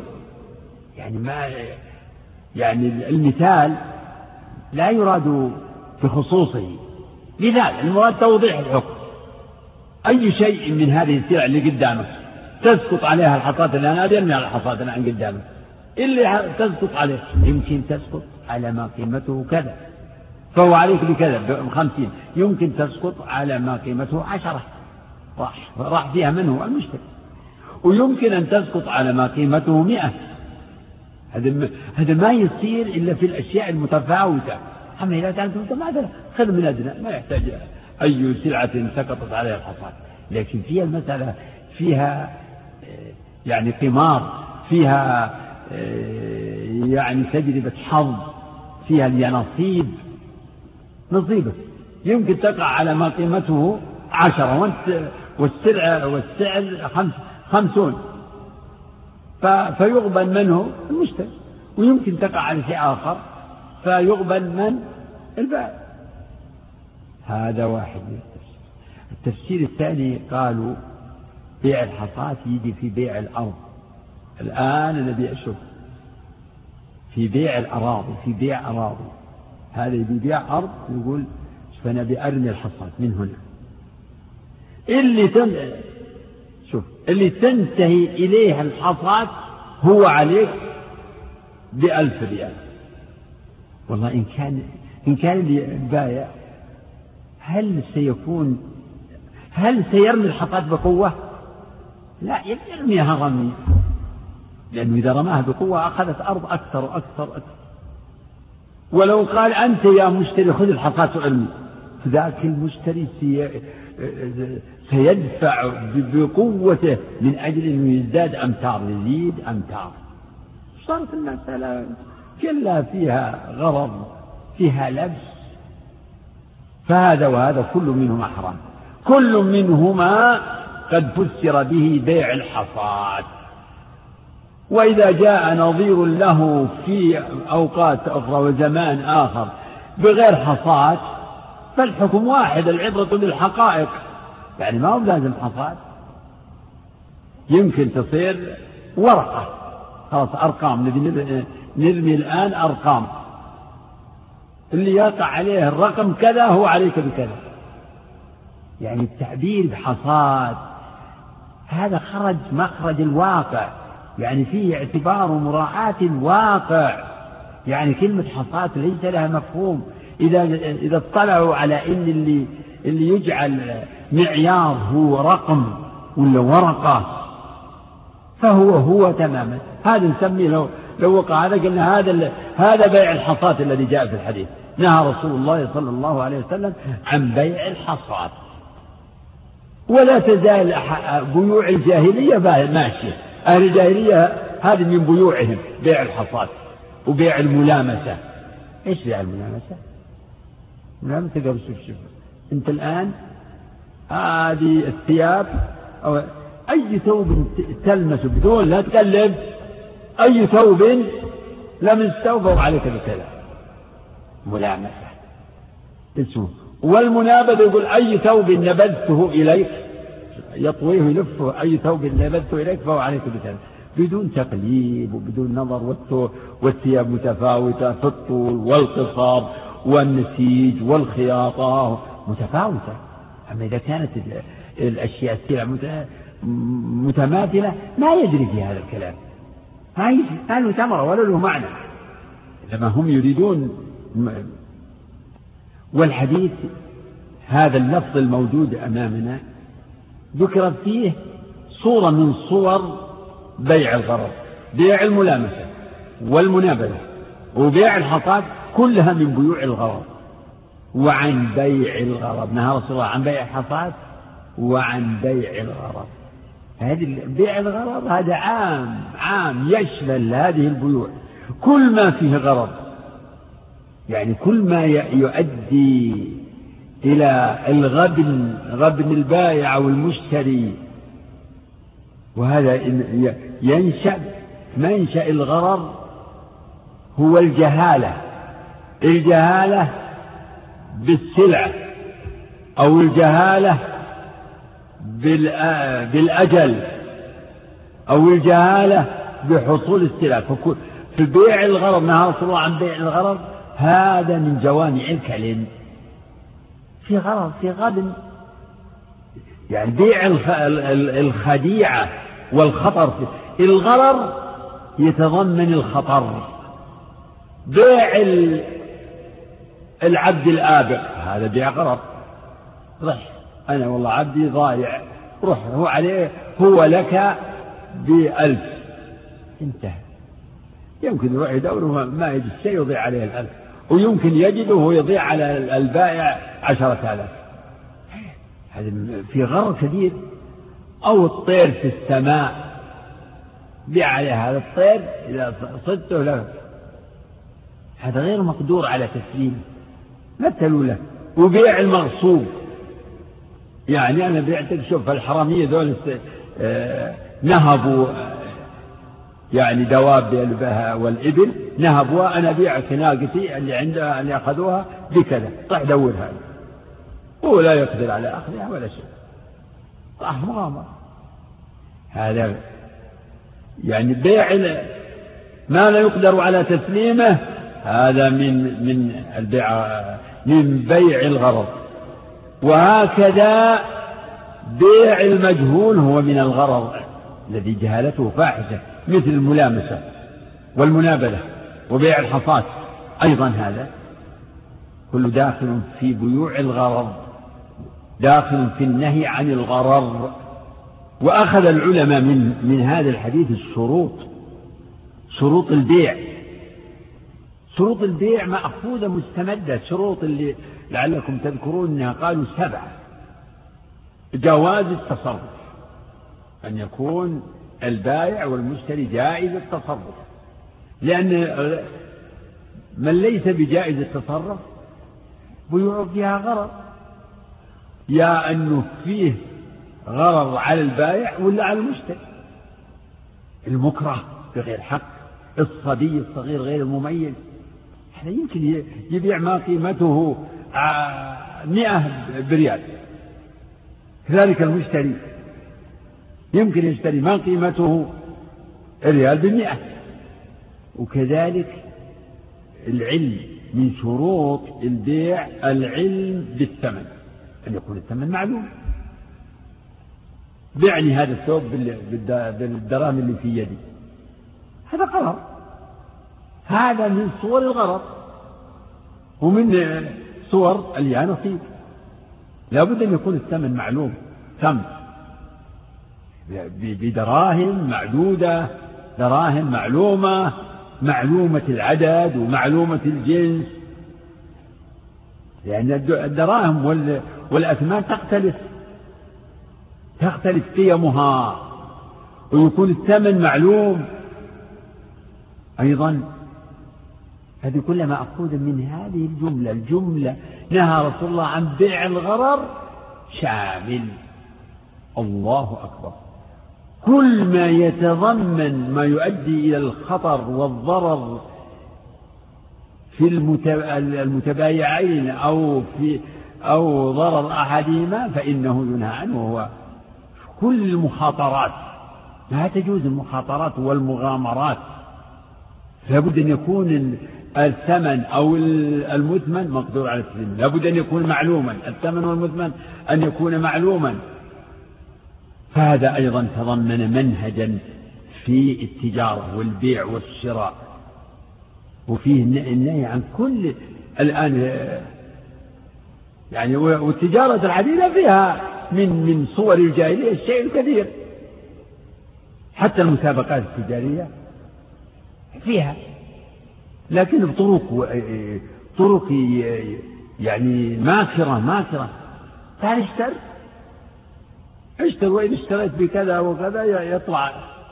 يعني المثال لا يراد بخصوصه، لذلك المراد توضيح الحكم. أي شيء من هذه السلع اللي قدامك تسقط عليها الحصاد الآن، هذه ارمي على الحصاد الآن قدامك، اللي تسقط عليه يمكن تسقط على ما قيمته كذا فهو عليك بكذا ب50، يمكن تسقط على ما قيمته 10 راح فيها منه المشتري، ويمكن أن تسقط على ما قيمته 100. هذا ما يصير إلا في الأشياء المتفاوتة. أما إذا كانت متماثلة خذ من أدنى، ما يحتاج أي سلعة سقطت عليها الحصاد. لكن فيها المسألة فيها يعني قمار، فيها يعني تجربة حظ، فيها اليانصيب، نصيبك يمكن تقع على ما قيمته 10 والسعر 50 فيقبل منه المشتري، ويمكن تقع على شيء آخر فيقبل من البائع. هذا واحد من التفسير. الثاني قالوا بيع الحصاد يجي في بيع الأرض. الآن نبيع شوف في بيع الأراضي، في بيع أراضي، هذا يبيع أرض يقول فنبي أرمي الحصاد من هنا، اللي تنتهي إليها الحصاد هو عليك ب1000 ريال. والله إن كان البائع هل سيرمي الحصاد بقوة؟ لا، يرميها رمي، لأنه إذا رماها بقوة أخذت أرض أكثر وأكثر أكثر. ولو قال أنت يا مشتري خذ الحصاد وارمي، فذاك المشتري سيدفع بقوته من أجل أنه يزداد أمتار، يزيد أمتار. صارت المسألة كلها فيها غرض، فيها لبس. فهذا وهذا كل منهما حرام، كل منهما قد فسر به بيع الحصاد. وإذا جاء نظير له في أوقات أخرى وزمان آخر بغير حصاد فالحكم واحد، العبرة بالحقائق. يعني ما هو لازم حصاد، يمكن تصير ورقة، خلاص أرقام، نرمي الآن أرقام، اللي يقع عليه الرقم كذا هو عليك بكذا. يعني التعبير بحصاد هذا خرج مخرج الواقع، يعني فيه اعتبار ومراعاة الواقع. يعني كلمة حصاة ليس لها مفهوم. إذا اطلعوا على إن اللي يجعل معيار هو رقم ولا ورقة فهو تماما. هذا نسميه لو وقع هذا قلنا هذا بيع الحصاة الذي جاء في الحديث. نهى رسول الله صلى الله عليه وسلم عن بيع الحصاة. ولا تزال بيوع الجاهلية ماشية. أهل الجاهلية هذه من بيوعهم بيع الحصاة وبيع الملامسة. إيش بيع الملامسة؟ ملامسة قبل شوف أنت الآن هذه الثياب أو أي ثوب تلمسه بدون لا تقلب، أي ثوب لمس ثوبه عليك بكذا ملامسة اسمه. والمنابذ يقول أي ثوب نبذته إليك، يطويه يلفه، أي ثوب نبذته إليك فهو عليك بكذا، بدون تقليب وبدون نظر. والثياب متفاوتة في الطول والقصار والنسيج والخياطة متفاوتة. أما إذا كانت الأشياء السلع متماثلة ما يجري في هذا الكلام، ما له ثمرة ولا له معنى، لما هم يريدون. والحديث هذا اللفظ الموجود أمامنا ذكر فيه صورة من صور بيع الغرض، بيع الملامسة والمنابذة وبيع الحصاد، كلها من بيوع الغرض. وعن بيع الغرض نهى رسول الله عن بيع الحصاد وعن بيع الغرض. هذه بيع الغرض هذا عام يشمل هذه البيوع، كل ما فيه غرض، يعني كل ما يؤدي إلى غبن البائع والمشتري. وهذا ينشأ منشأ الغرر هو الجهالة بالسلعة أو الجهالة بالأجل أو الجهالة بحصول السلع. في بيع الغرر نهى رسول الله عن بيع الغرر، هذا من جوامع الكلم. في غرر في غبن، يعني بيع الخديعة والخطر. الغرر يتضمن الخطر. بيع العبد الآبق هذا بيع غرر. رح أنا والله عبدي ضايع، روح هو عليه، هو لك ب1000، انتهى. يمكن يروح يدوره ما يجد شيء يضيع عليه 1000، ويمكن يجده ويضيع على البائع 10,000. هذا في غرر كبير. أو الطير في السماء، بيع عليه هذا الطير إذا صدته له، هذا غير مقدور على تسليمه، مثلوا له. وبيع المغصوب، يعني أنا بعتك، شوف الحرامية ذول نهبوا يعني دواب بها والإبل، نهبوها، أنا بيعك ناقتي اللي عندها اللي أخذوها بكذا، طح دورها، هو لا يقدر على أخذها ولا شيء، طح مغامرة. هذا يعني بيع ما لا يقدر على تسليمه، هذا من البيع، من بيع الغرض. وهكذا بيع المجهول هو من الغرض الذي جهالته فاحشة، مثل الملامسة والمنابذة وبيع الحصاة أيضا، هذا كل داخل في بيوع الغرض، داخل في النهي عن الغرر. وأخذ العلماء من هذا الحديث شروط البيع. شروط البيع مأخوذة مستمدة، شروط اللي لعلكم تذكرون أنها قالوا 7. جواز التصرف، أن يكون البائع والمشتري جائز التصرف، لأن من ليس بجائز التصرف بيوع فيها غرر، يا أنه فيه غرر على البائع ولا على المشتري. المكره بغير حق، الصبي الصغير غير المميز، هذا يمكن يبيع ما قيمته 100 بريال، كذلك المشتري يمكن يشتري ما قيمته ريال ب100. وكذلك العلم، من شروط البيع العلم بالثمن، أن يكون الثمن معلوم. بعني هذا الثوب بالدراهم اللي في يدي، هذا غرر، هذا من صور الغرر ومن صور اليانصيب. لا بد أن يكون الثمن معلوم، ثمن بدراهم معدودة، دراهم معلومة، معلومة العدد ومعلومة الجنس، لأن الدراهم والأثمان تختلف قيمها، ويكون الثمن معلوم أيضا. هذه كلها مأخوذة من هذه الجملة نهى رسول الله عن بيع الغرر شامل. الله أكبر. كل ما يتضمن ما يؤدي إلى الخطر والضرر في المتبايعين أو ضرر أحدهما فإنه ينهى عنه. وهو كل المخاطرات، لا تجوز المخاطرات والمغامرات. لابد أن يكون الثمن أو المثمن مقدور على التثمين، لابد أن يكون معلوما، الثمن والمثمن أن يكون معلوما. فهذا أيضا تضمن منهجا في التجارة والبيع والشراء، وفيه النهي عن كل الآن يعني. والتجارة الحديثة فيها من صور الجاهلية الشيء الكثير، حتى المسابقات التجارية فيها، لكن بطرق يعني ماكرة. تعال اشتر، وإن اشتريت بكذا وكذا يطلع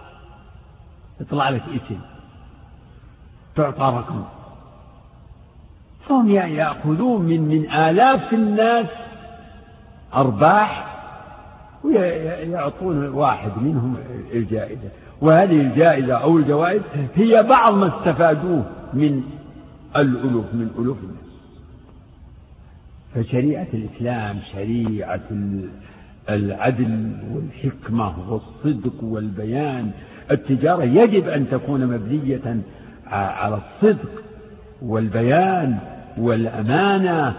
لك اسم، تعطى رقم. فهم يأخذون من آلاف الناس أرباح ويعطون واحد منهم الجائزة، وهذه الجائزة أو الجوائز هي بعض ما استفادوه من ألوف الناس. فشريعة الإسلام شريعة العدل والحكمة والصدق والبيان. التجارة يجب أن تكون مبنية على الصدق والبيان والأمانة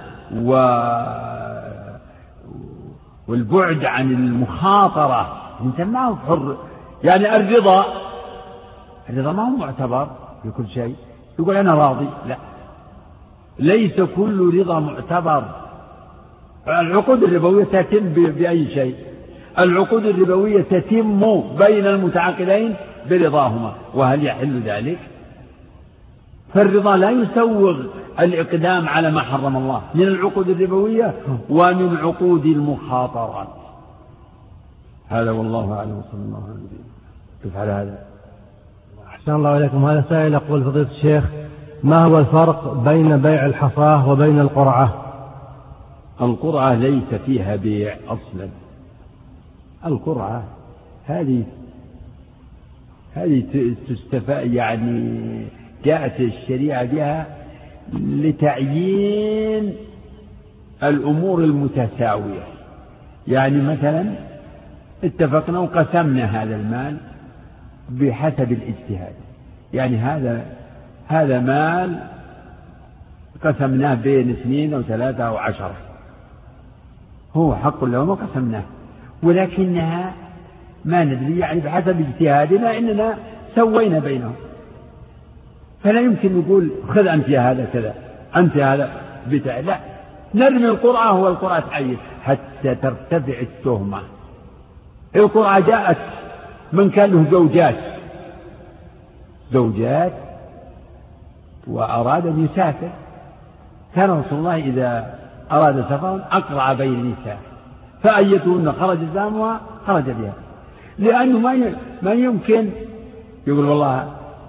والبعد عن المخاطرة. نسمعه حر، يعني الرضا ما هو معتبر في كل شيء. يقول أنا راضي، لا، ليس كل رضا معتبر. العقود الربوية تتم بأي شيء؟ العقود الربوية تتم بين المتعاقدين برضاهما، وهل يحل ذلك؟ فالرضا لا يسوغ الإقدام على ما حرم الله من العقود الربوية ومن عقود المخاطرات. هذا والله أعلم، وصلى الله عليه وسلم. كيف على هذا؟ أحسن الله إليكم. هذا سائل يقول: فضيلة الشيخ، ما هو الفرق بين بيع الحصاة وبين القرعة؟ القرعة ليس فيها بيع أصلا. القرعة هذه تستفاد، يعني جاءت الشريعة بها لتعيين الأمور المتساوية. يعني مثلا اتفقنا وقسمنا هذا المال بحسب الاجتهاد، يعني هذا مال قسمناه بين 2 أو 3 أو 10، هو حق لهم وقسمناه، ولكنها ما ندري، يعني بحسب اجتهادنا إننا سوينا بينهم. فلا يمكن نقول خذ أنت هذا كذا، أنت هذا بتاع، لا، نرمي القرعة والقرعة تعين حتى ترتفع التهمة. القرعة جاءت من كان له زوجات وأراد أن يسافر، كان رسول الله إذا أراد سفرا أقرع بين النساء، فأيتهن خرج زامها خرج بها، لأنه ما يمكن يقول والله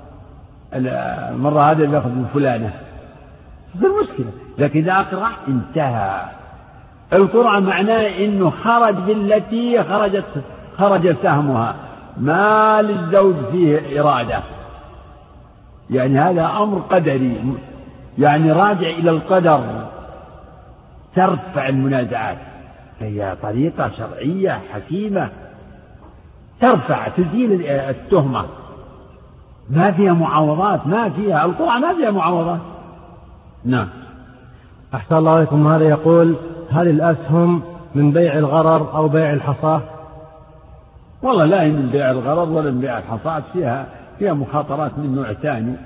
المرة هذه بيأخذ من فلانة، هذا المشكلة. لكن إذا أقرع انتهى. القرعة معناه إنه خرج بالتي خرج سهمها، ما للزوج فيه إرادة، يعني هذا أمر قدري، يعني راجع إلى القدر، ترفع المنازعات. هي طريقة شرعية حكيمة ترفع، تزيل التهمة، ما فيها معاوضات، ما فيها القرعة ما فيها معاوضات. نعم. أحسن الله عليكم. هذا يقول: هل الأسهم من بيع الغرر أو بيع الحصاة؟ والله لا هي من بيع الغرر ولا من بيع الحصاة، فيها مخاطرات من نوع ثاني.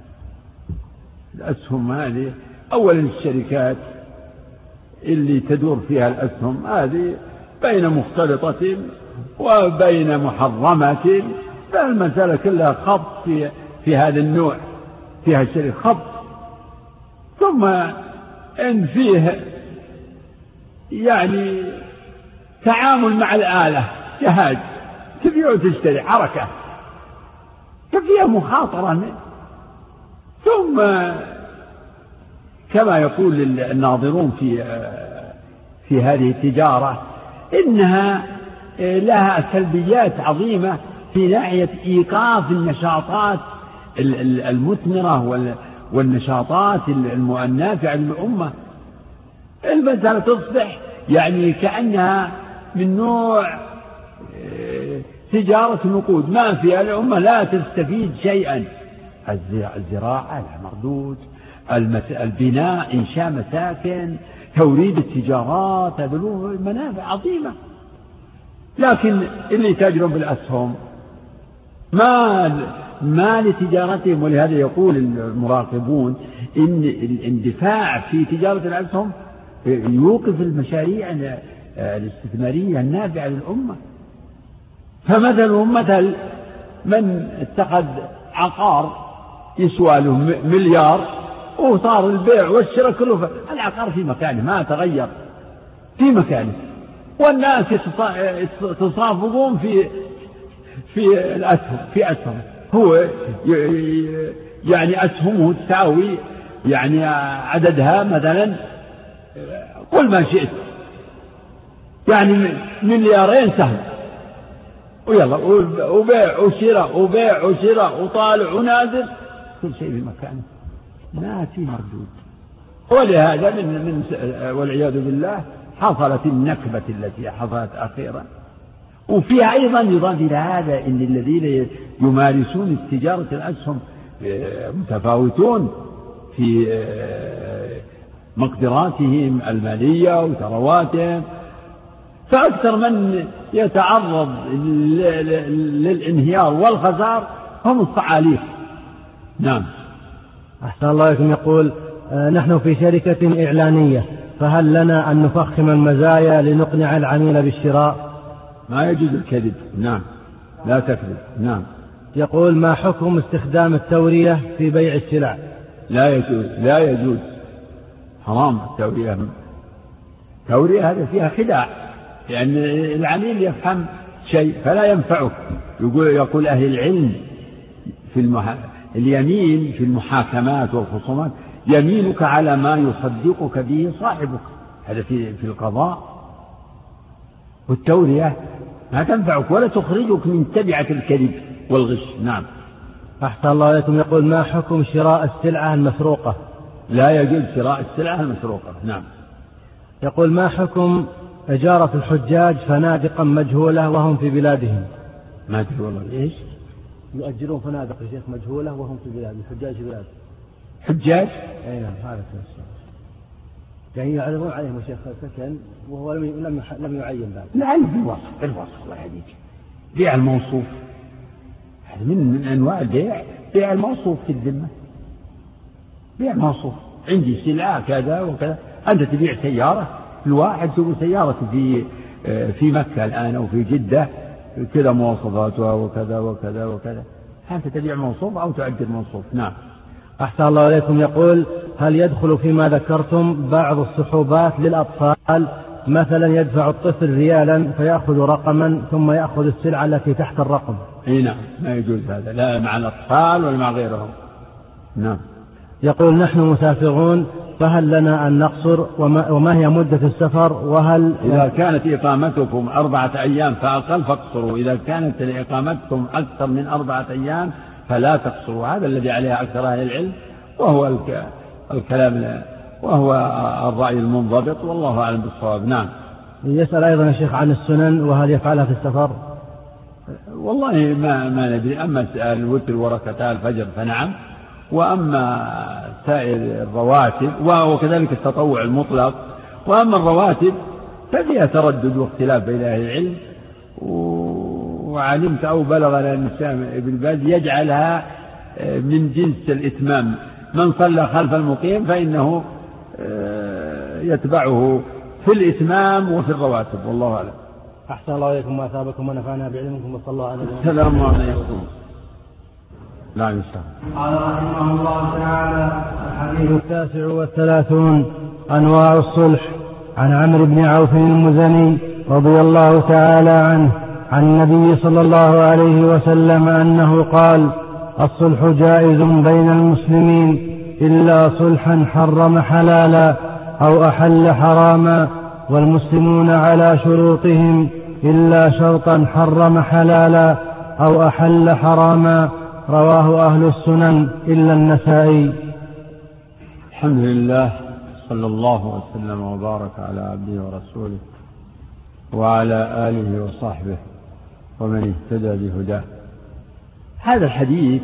الأسهم هذه أولا الشركات اللي تدور فيها الأسهم هذه بين مختلطة وبين محرمة، فالمسألة كلها خبط في هذا النوع، فيها شركة خبط. ثم إن فيه يعني تعامل مع الآلة، جهاز تبيع وتشتري، حركة، ففيها مخاطرة. ثم كما يقول الناظرون في هذه التجارة إنها لها سلبيات عظيمة في ناحية إيقاف النشاطات المثمرة والنشاطات النافعة للأمة. المسألة تصبح يعني كأنها من نوع تجارة نقود، ما فيها الأمة لا تستفيد شيئا. الزراعة مردود، البناء، إنشاء مساكن، توريد التجارات، هذا له منافع عظيمة. لكن اللي يتاجرون بالأسهم ما لتجارتهم، ولهذا يقول المراقبون إن الاندفاع في تجارة الأسهم يوقف المشاريع الاستثمارية النافعة للأمة. فمثل من اتخذ عقار يسوى له مليار وصار البيع والشراء كله، العقار في مكانه ما تغير، في مكانه، والناس يتصافقون في الأسهم، في أسهم هو يعني أسهمه تساوي يعني عددها مثلا قل ما شئت، يعني مليارين سهم، ويلا وبيع وشراء وبيع وشراء وطالع ونازل، كل شيء في مكانه ما في مردود. ولهذا والعياذ بالله حصلت النكبة التي حصلت أخيرا. وفيها أيضا يضاف إلى هذا إن الذين يمارسون تجارة الأسهم متفاوتون في مقدراتهم المالية وثرواتهم، فأكثر من يتعرض للانهيار والخسار هم الصعاليك. نعم. أحسن الله إليكم. يقول نحن في شركة إعلانية، فهل لنا أن نفخم المزايا لنقنع العميل بالشراء؟ ما يجوز الكذب. نعم، لا تكذب. نعم. يقول ما حكم استخدام التورية في بيع السلع؟ لا يجوز، لا يجوز، حرام التورية. التورية هذا فيها خداع، لأن يعني العميل يفهم شيء فلا ينفعه. يقول أهل العلم في اليمين في المحاكمات والخصومات يمينك على ما يصدقك به صاحبك، هذا في القضاء. والتورية ما تنفعك ولا تخرجك من تبعة الكذب والغش. نعم. أحسن الله إليكم. يقول ما حكم شراء السلعة المسروقة؟ لا يجوز شراء السلعة المسروقة. نعم. يقول ما حكم إجارة الحجاج فنادقا مجهولة وهم في بلادهم؟ ما أدري والله إيش يؤجرون فنادق يا شيخ مجهولة وهم في بلادهم، الحجاج في بلاد. حجاج؟ أي نعم، هذا يعني يعرضون عليهم يا شيخ سكن وهو لم يعين بعد. لا، بالوصف الله يهديك، بيع الموصوف هذا من أنواع البيع، بيع الموصوف في الذمة، بيع موصوف. عندي سلعة كذا وكذا، أنت تبيع سيارة، الواحد تقول سيارتي في مكة الآن أو في جدة كذا مواصفاتها وكذا وكذا وكذا، أنت تبيع موصوف أو تؤجر موصوف. نعم. أحسن الله إليكم. يقول هل يدخل فيما ذكرتم بعض السحوبات للأطفال، مثلا يدفع الطفل ريالا فيأخذ رقما ثم يأخذ السلعة التي تحت الرقم؟ اي نعم، ما يجوز هذا، لا مع الأطفال ولا مع غيرهم. نعم. يقول نحن مسافرون، فهل لنا أن نقصر، وما هي مدة السفر، وهل إذا كانت إقامتكم 4 أيام فأقل فاقصروا، إذا كانت إقامتكم أكثر من 4 أيام فلا تقصروا. هذا الذي عليه أكثر أهل العلم، وهو الكلام وهو الرأي المنضبط، والله أعلم بالصواب. نعم. يسأل أيضا يا شيخ عن السنن وهل يفعلها في السفر؟ والله ما ندري. أما الوتر وركعتا الفجر فنعم، وأما سائر الرواتب وكذلك التطوع المطلق، وأما الرواتب ففيها تردد واختلاف بين أهل العلم، وعلمت أو بلغنا أن ابن باز يجعلها من جنس الإتمام، من صلى خلف المقيم فإنه يتبعه في الإتمام وفي الرواتب، والله أعلم. أحسن الله إليكم وأثابكم ونفعنا بعلمكم وصلى الله عليه وسلم. السلام عليكم. لا يستطيع. قال رحمه الله تعالى: الحديث 39 أنواع الصلح. عن عمرو بن عوف المزني رضي الله تعالى عنه عن النبي صلى الله عليه وسلم أنه قال: الصلح جائز بين المسلمين إلا صلحا حرم حلالا أو أحل حراما، والمسلمون على شروطهم إلا شرطا حرم حلالا أو أحل حراما. رواه أهل السنن إلا النسائي. الحمد لله، صلى الله وسلم وبارك على عبده ورسوله وعلى آله وصحبه ومن اهتدى بهداه. هذا الحديث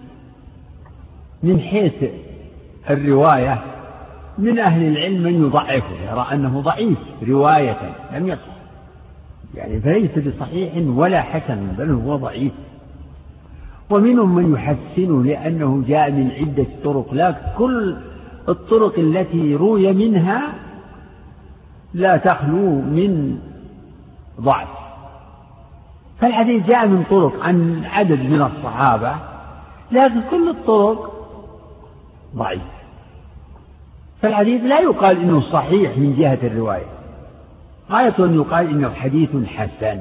من حيث الرواية من أهل العلم من يضعفه، يرى أنه ضعيف رواية لم يصح، يعني فليس بصحيح ولا حسن، بل هو ضعيف. ومنهم من يحسنه لأنه جاء من عدة طرق، لا كل الطرق التي روي منها لا تخلو من ضعف. فالحديث جاء من طرق عن عدد من الصحابة، لكن كل الطرق ضعيف، فالحديث لا يقال إنه صحيح من جهة الرواية، غاية أن يقال إنه حديث حسن.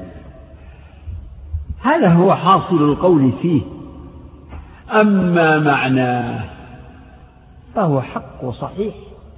هذا هو حاصل القول فيه. أما معناه فهو حق وصحيح،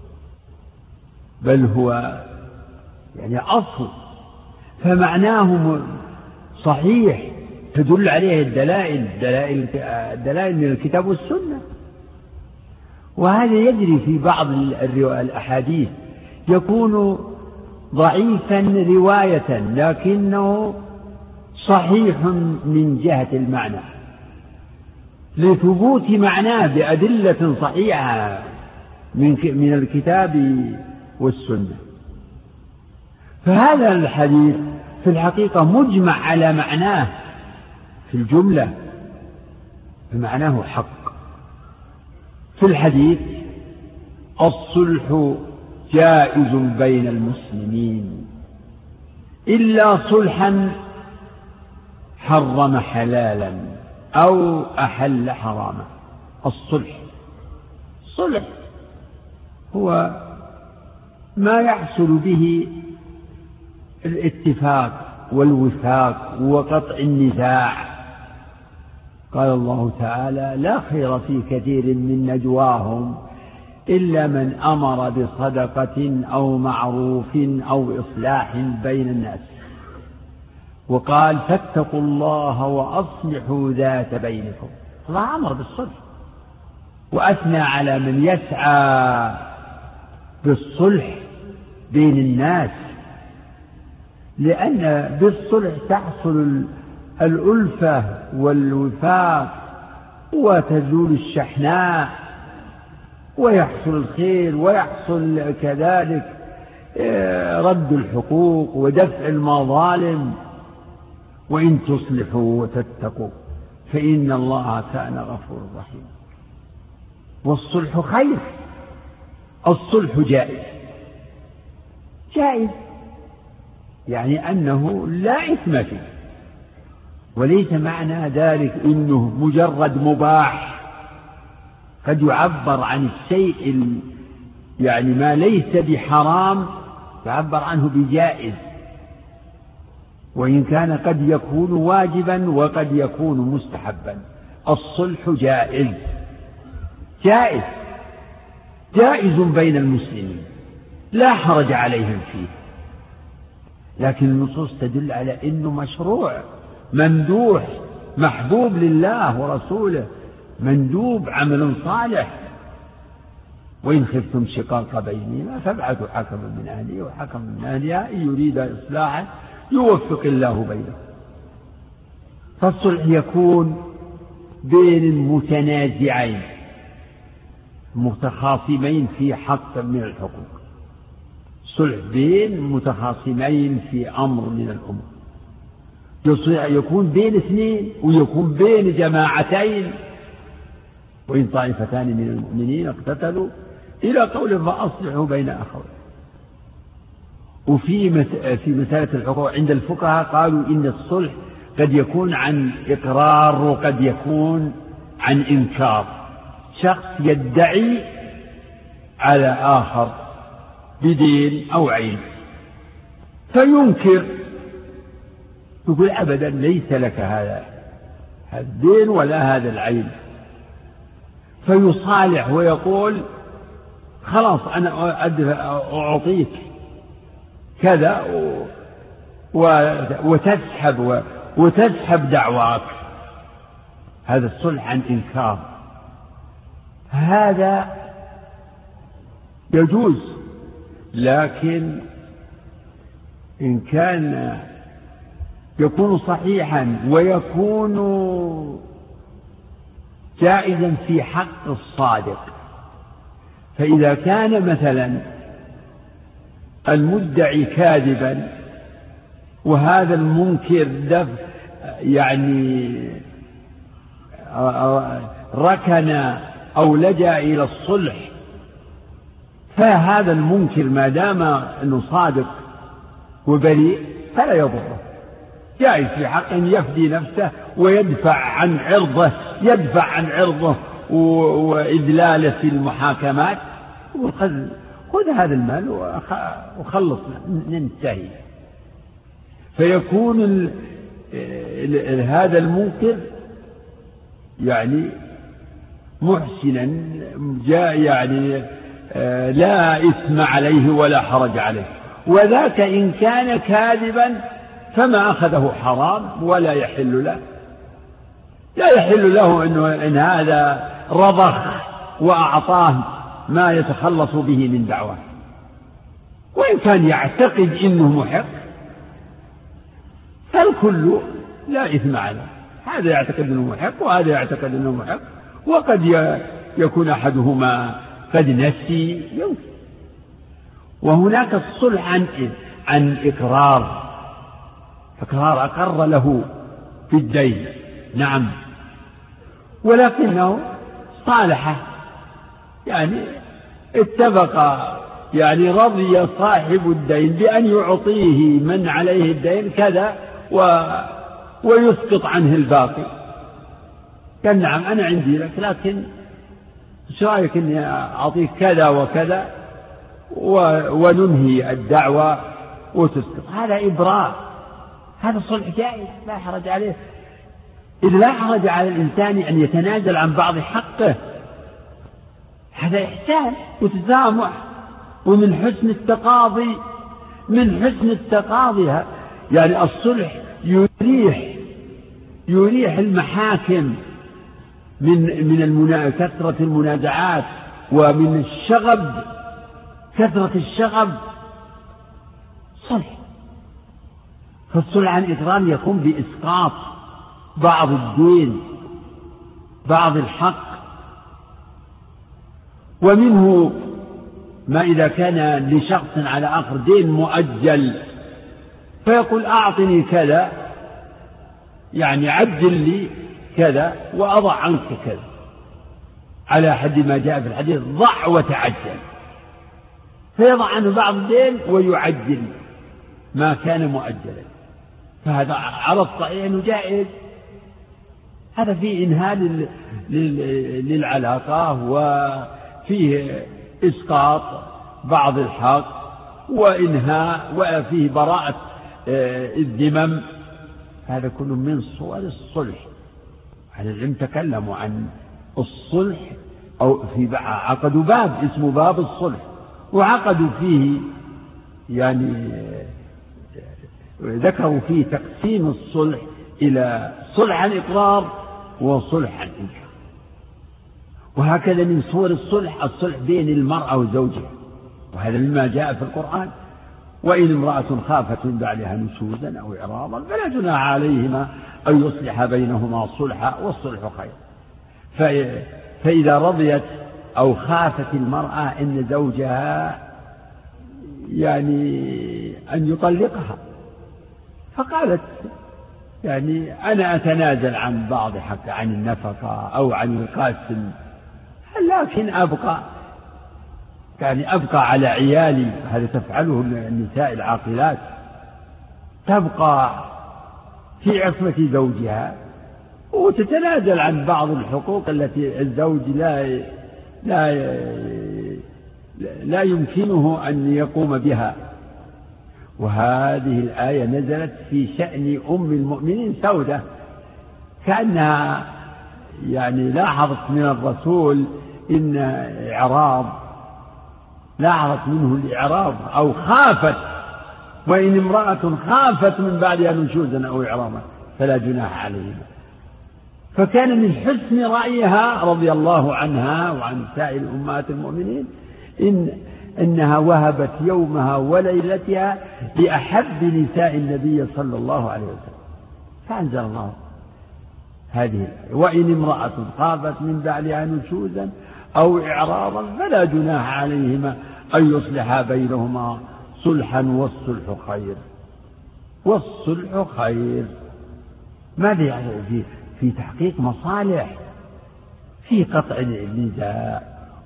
بل هو يعني أصل، فمعناه صحيح تدل عليه الدلائل من الكتاب والسنة. وهذا يجري في بعض الأحاديث، يكون ضعيفا رواية لكنه صحيح من جهة المعنى، لثبوت معناه بأدلة صحيحة من الكتاب والسنة. فهذا الحديث في الحقيقة مجمع على معناه في الجملة، فمعناه حق. في الحديث: الصلح جائز بين المسلمين إلا صلحا حرم حلالا أو أحل حراما. الصلح هو ما يحصل به الاتفاق والوفاق وقطع النزاع. قال الله تعالى: لا خير في كثير من نجواهم إلا من أمر بصدقة أو معروف أو إصلاح بين الناس. وقال: فاتقوا الله وأصلحوا ذات بينكم. الله أمر بالصلح، وأثنى على من يسعى بالصلح بين الناس، لأن بالصلح تحصل الألفة والوفاق وتزول الشحناء ويحصل الخير، ويحصل كذلك رد الحقوق ودفع المظالم. وإن تصلحوا وتتقوا فإن الله كان غفورا رحيما. والصلح خير. الصلح جائز يعني أنه لا إثم فيه، وليس معنى ذلك إنه مجرد مباح. قد يعبر عن الشيء يعني ما ليس بحرام يعبر عنه بجائز، وإن كان قد يكون واجبا وقد يكون مستحبا. الصلح جائز بين المسلمين، لا حرج عليهم فيه، لكن النصوص تدل على أنه مشروع، ممدوح، محبوب لله ورسوله، مندوب، عمل صالح. وإن خفتم شقاق بينهما فابعثوا حكما من أهله وحكما من أهلها إن يريد إصلاحا يوفق الله بينهم. فالصلح يكون بين متنازعين متخاصمين في حق من الحقوق، صلح بين متخاصمين في أمر من الأمور، يكون بين اثنين ويكون بين جماعتين. وإن طائفتان من المؤمنين اقتتلوا إلى قول فأصلحوا بين أخوين. في مسألة الحقوق عند الفقهاء قالوا إن الصلح قد يكون عن إقرار وقد يكون عن إنكار. شخص يدعي على آخر بدين أو عين فينكر، يقول أبدا ليس لك هذا الدين ولا هذا العين، فيصالح ويقول خلاص أنا أعطيك كذا وتسحب دعواك. هذا الصلح عن إنكار، هذا يجوز. لكن إن كان يكون صحيحا ويكون جائزا في حق الصادق، فإذا كان مثلا المدعي كاذبا وهذا المنكر يعني ركن أو لجأ إلى الصلح، فهذا المنكر ما دام أنه صادق وبريء فلا يضره، جائز في حق أن يفدي نفسه ويدفع عن عرضه وإذلاله في المحاكمات، خذ هذا المال وخلص ننتهي. فيكون هذا المنكر يعني محسنا، يعني لا إثم عليه ولا حرج عليه. وذاك إن كان كاذبا فما أخذه حرام ولا يحل له، لا يحل له إن هذا رضخ وأعطاه ما يتخلص به من دعواه. وإن كان يعتقد إنه محق فالكل لا إثم عليه، هذا يعتقد إنه محق وهذا يعتقد إنه محق، وقد يكون أحدهما قد نسي يمكن. وهناك الصلح عن إقرار أقر له في الدين، نعم، ولكنه صالحه، يعني اتفق، يعني رضي صاحب الدين بأن يعطيه من عليه الدين كذا ويسقط عنه الباقي. قال نعم أنا عندي لك، لكن ايش رأيك إني أعطيك كذا وكذا وننهي الدعوة وتسقط. هذا إبراء، هذا صلح جائز لا حرج عليه. إذا لا حرج على الإنسان أن يتنازل عن بعض حقه، هذا إحسان وتسامح، ومن حسن التقاضي يعني الصلح يريح المحاكم من كثرة المنازعات ومن كثرة الشغب. صلح، فالصلح عن إقرار يقوم بإسقاط بعض الدين، بعض الحق. ومنه ما إذا كان لشخص على آخر دين مؤجل فيقول أعطني كذا، يعني عجل لي كذا وأضع عنك كذا، على حد ما جاء في الحديث ضع وتعجل، فيضع عنه بعض الدين ويعجل ما كان مؤجلا. فهذا على الصحيح أنه جائز، هذا فيه إنهاء للعلاقة وفيه إسقاط بعض الحق وإنهاء وفيه براءة الذمم. هذا كله من صور الصلح. أهل العلم تكلموا عن الصلح أو عقدوا باب اسمه باب الصلح، وعقدوا فيه يعني ذكروا فيه تقسيم الصلح إلى صلح عن إقرار وصلح عن إنكار. وهكذا من صور الصلح بين المرأة وزوجها، وهذا مما جاء في القرآن: وإن امرأة خافت من بعدها نشوزا أو إعراضا فلا جناح عليهما أن يصلح بينهما صلحا والصلح خير. فإذا رضيت أو خافت المرأة أن زوجها يعني أن يطلقها، فقالت يعني أنا أتنازل عن بعض حق، عن النفقة أو عن القسم، لكن أبقى على عيالي. هذا تفعله النساء العاقلات، تبقى في عصمة زوجها وتتنازل عن بعض الحقوق التي الزوج لا يمكنه أن يقوم بها. وهذه الآية نزلت في شأن أم المؤمنين سودة، كأنها يعني لاحظت من الرسول إن لاحظت منه الإعراض أو خافت، وإن امرأة خافت من بعدها نشوزا أو إعراضا فلا جناح عليهما. فكان من حسن رأيها رضي الله عنها وعن سائر أمهات المؤمنين إنها وهبت يومها وليلتها لأحب نساء النبي صلى الله عليه وسلم، فأنزل الله هذه: وإن امرأة خافت من بعدها نشوزا أو إعراضا فلا جناح عليهما أن يصلحا بينهما صلحا والصلح خير. والصلح خير ماذا يعني؟ في تحقيق مصالح، في قطع النزاع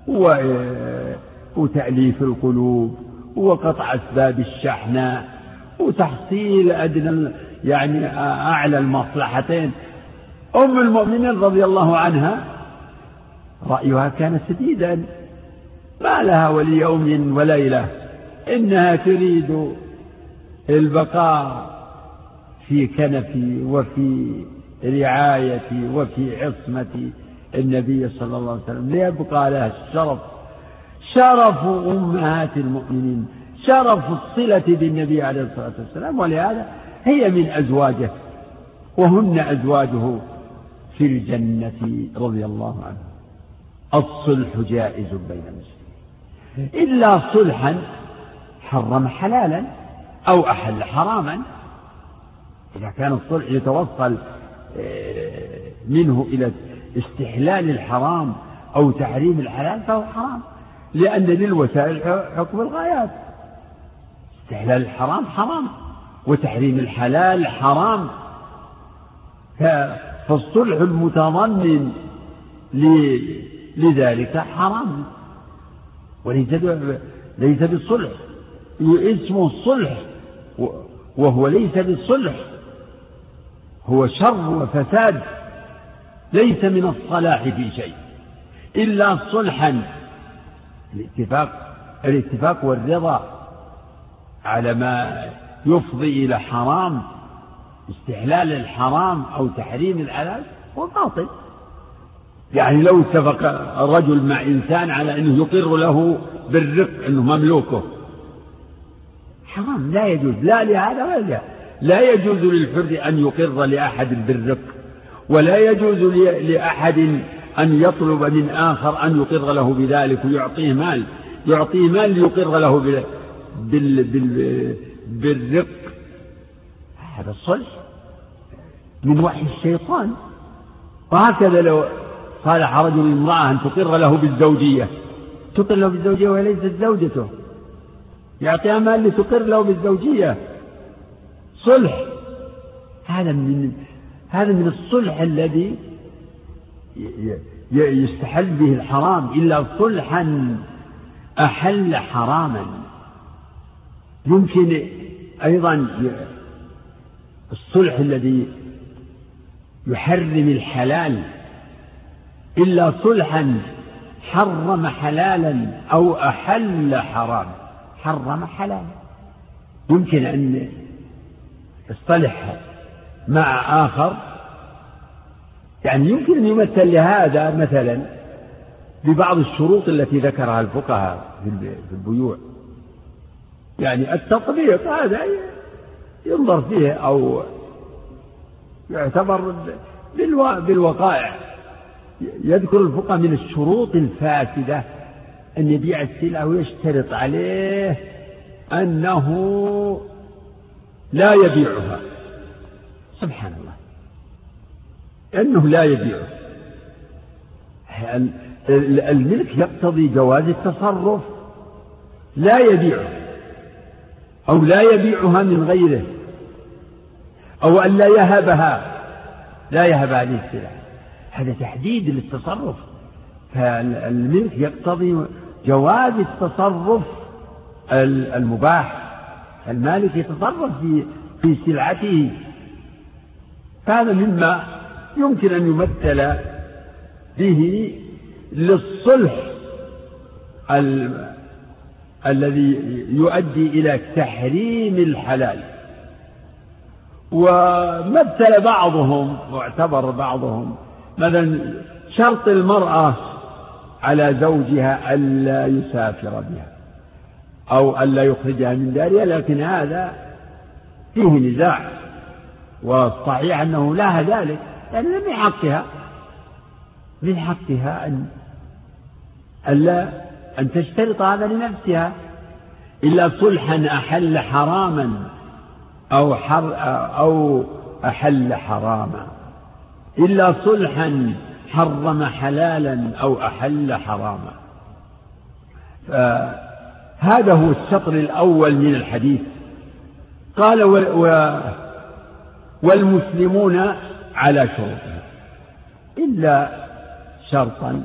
وتأليف القلوب وقطع أسباب الشحنة وتحصيل أدنى يعني أعلى المصلحتين. أم المؤمنين رضي الله عنها رأيها كان سديدا، ما لها وليوم وليلة، إنها تريد البقاء في كنفي وفي رعايتي وفي عصمة النبي صلى الله عليه وسلم، ليبقى لها شرف أمهات المؤمنين، شرف الصلة بالنبي عليه الصلاة والسلام، ولهذا هي من أزواجه وهن أزواجه في الجنة رضي الله عنه. الصلح جائز بين المسلمين إلا صلحا حرم حلالا أو أحل حراما. إذا كان الصلح يتوصل منه إلى استحلال الحرام أو تحريم الحلال فهو حرام، لأن للوسائل حكم الغايات. استحلال الحرام حرام وتحريم الحلال حرام، فالصلح المتضمن لذلك حرام، ليس بالصلح. اسمه الصلح وهو ليس بالصلح، هو شر وفساد، ليس من الصلاح في شيء إلا صلحا. الاتفاق والرضا على ما يفضي إلى حرام، استحلال الحرام أو تحريم الحلال هو باطل. يعني لو اتفق الرجل مع إنسان على أنه يقر له بالرق أنه مملوكه، حرام، لا يجوز، لا لهذا ولا لهذا. لا يجوز للحر أن يقر لأحد بالرق، ولا يجوز لأحد أن يطلب من آخر أن يقر له بذلك ويعطيه مال ليقر له بالرق. هذا الصلح من وحي الشيطان. وهكذا لو صالح رجل امرأة أن تقر له بالزوجية، تقر له بالزوجية وليست زوجته، يعطيها مال لتقر له بالزوجية، صلح. هذا من الصلح الذي يستحل به الحرام، إلا صلحا أحل حراما. يمكن أيضا الصلح الذي يحرم الحلال، إلا صلحا حرم حلالا أو أحل حرام. حرم حلالا يمكن أن يصطلح مع آخر، يعني يمكن أن يمثل لهذا مثلا ببعض الشروط التي ذكرها الفقهاء في البيوع. يعني التطبيق هذا ينظر فيه أو يعتبر بالوقائع. يذكر الفقهاء من الشروط الفاسدة أن يبيع السلعة ويشترط عليه أنه لا يبيعها، سبحان الله، أنه لا يبيعه. الملك يقتضي جواز التصرف، لا يبيعه أو لا يبيعها من غيره، أو أن لا يهبها، لا يهب هذه السلعة. هذا تحديد للتصرف. فالملك يقتضي جواز التصرف المباح. المالك يتصرف في سلعته. هذا مما يمكن أن يمثل به للصلح الذي يؤدي إلى تحريم الحلال. ومثل بعضهم واعتبر بعضهم مثلا شرط المرأة على زوجها ألا يسافر بها أو ألا يخرجها من دارها، لكن هذا فيه نزاع، والصحيح أنه لها ذلك، يعني من حقها أن تشترط هذا لنفسها، إلا صلحا أحل حراما أو أحل حراما، إلا صلحا حرم حلالا أو أحل حراما. هذا هو الشطر الأول من الحديث. قال والمسلمون على شروطهم إلا شرطا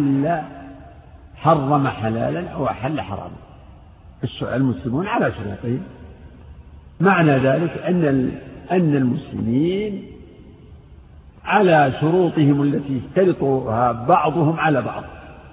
حرم حلالا أو أحل حراما. المسلمون على شروطهم، معنى ذلك أن المسلمين على شروطهم التي يشترطها بعضهم على بعض.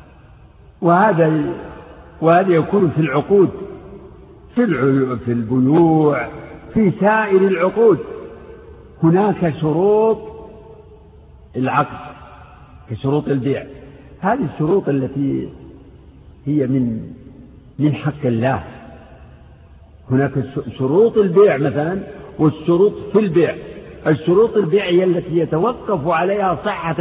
وهذا يكون في العقود، في البيوع، في سائر العقود. هناك شروط العقد كشروط البيع. هذه الشروط التي هي من حق الله. هناك شروط البيع مثلا، والشروط في البيع. الشروط البيع هي التي يتوقف عليها صحة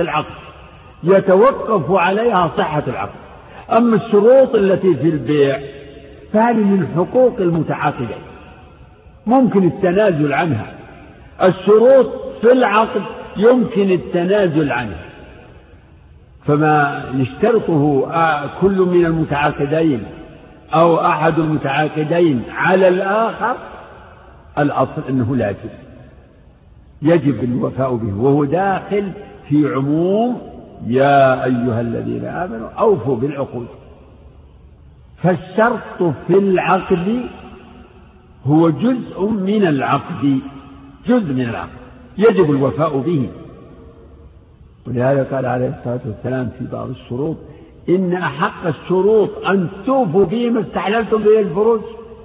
العقد. أما الشروط التي في البيع فهذه من حقوق المتعاقدين، ممكن التنازل عنها. الشروط في العقد يمكن التنازل عنها، فما يشترطه كل من المتعاقدين أو أحد المتعاقدين على الآخر الأصل أنه لازم يجب الوفاء به، وهو داخل في عموم يا أيها الذين آمنوا أوفوا بالعقود. فالشرط في العقد هو جزء من العقد، يجب الوفاء به. ولهذا قال عليه الصلاة والسلام في بعض الشروط: إن أحق الشروط أن توفوا به ما استحللتم به الفروج.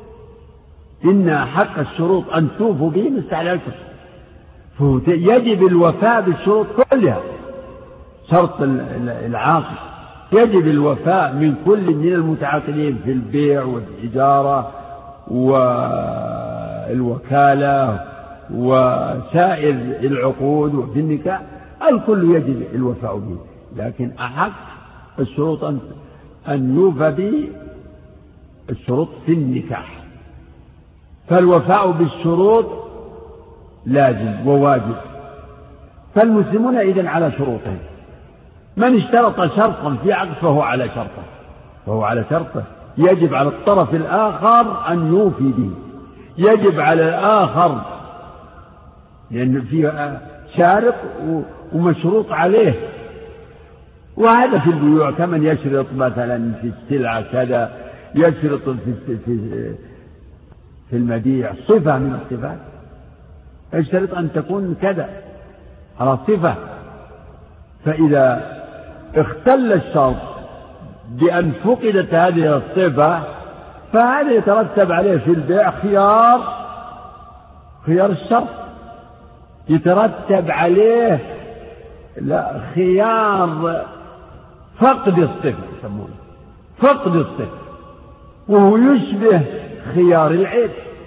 يجب الوفاء بالشروط كلها. شرط العاقد يجب الوفاء من كل من المتعاقدين في البيع والإجارة والوكالة وسائر العقود وفي النكاح، الكل يجب الوفاء به. لكن أحق الشروط أن يوفى به الشروط في النكاح. فالوفاء بالشروط لازم وواجب. فالمسلمون إذن على شروطهم. من اشترط شرطا في عقد فهو على شرطه. يجب على الطرف الآخر أن يوفي به، يجب على الآخر، لأن فيه شارط ومشروط عليه. وهذا في البيوع كمن يشرط مثلا في السلعة كذا، يشرط في المبيع صفة من الصفات، يشترط أن تكون كذا على صفة. فإذا اختل الشرط بأن فقدت هذه الصفة فهذا يترتب عليه في البيع خيار الشرط، يترتب عليه خيار فقد الصفة، يسمونه فقد الصفة، وهو يشبه خيار العيب.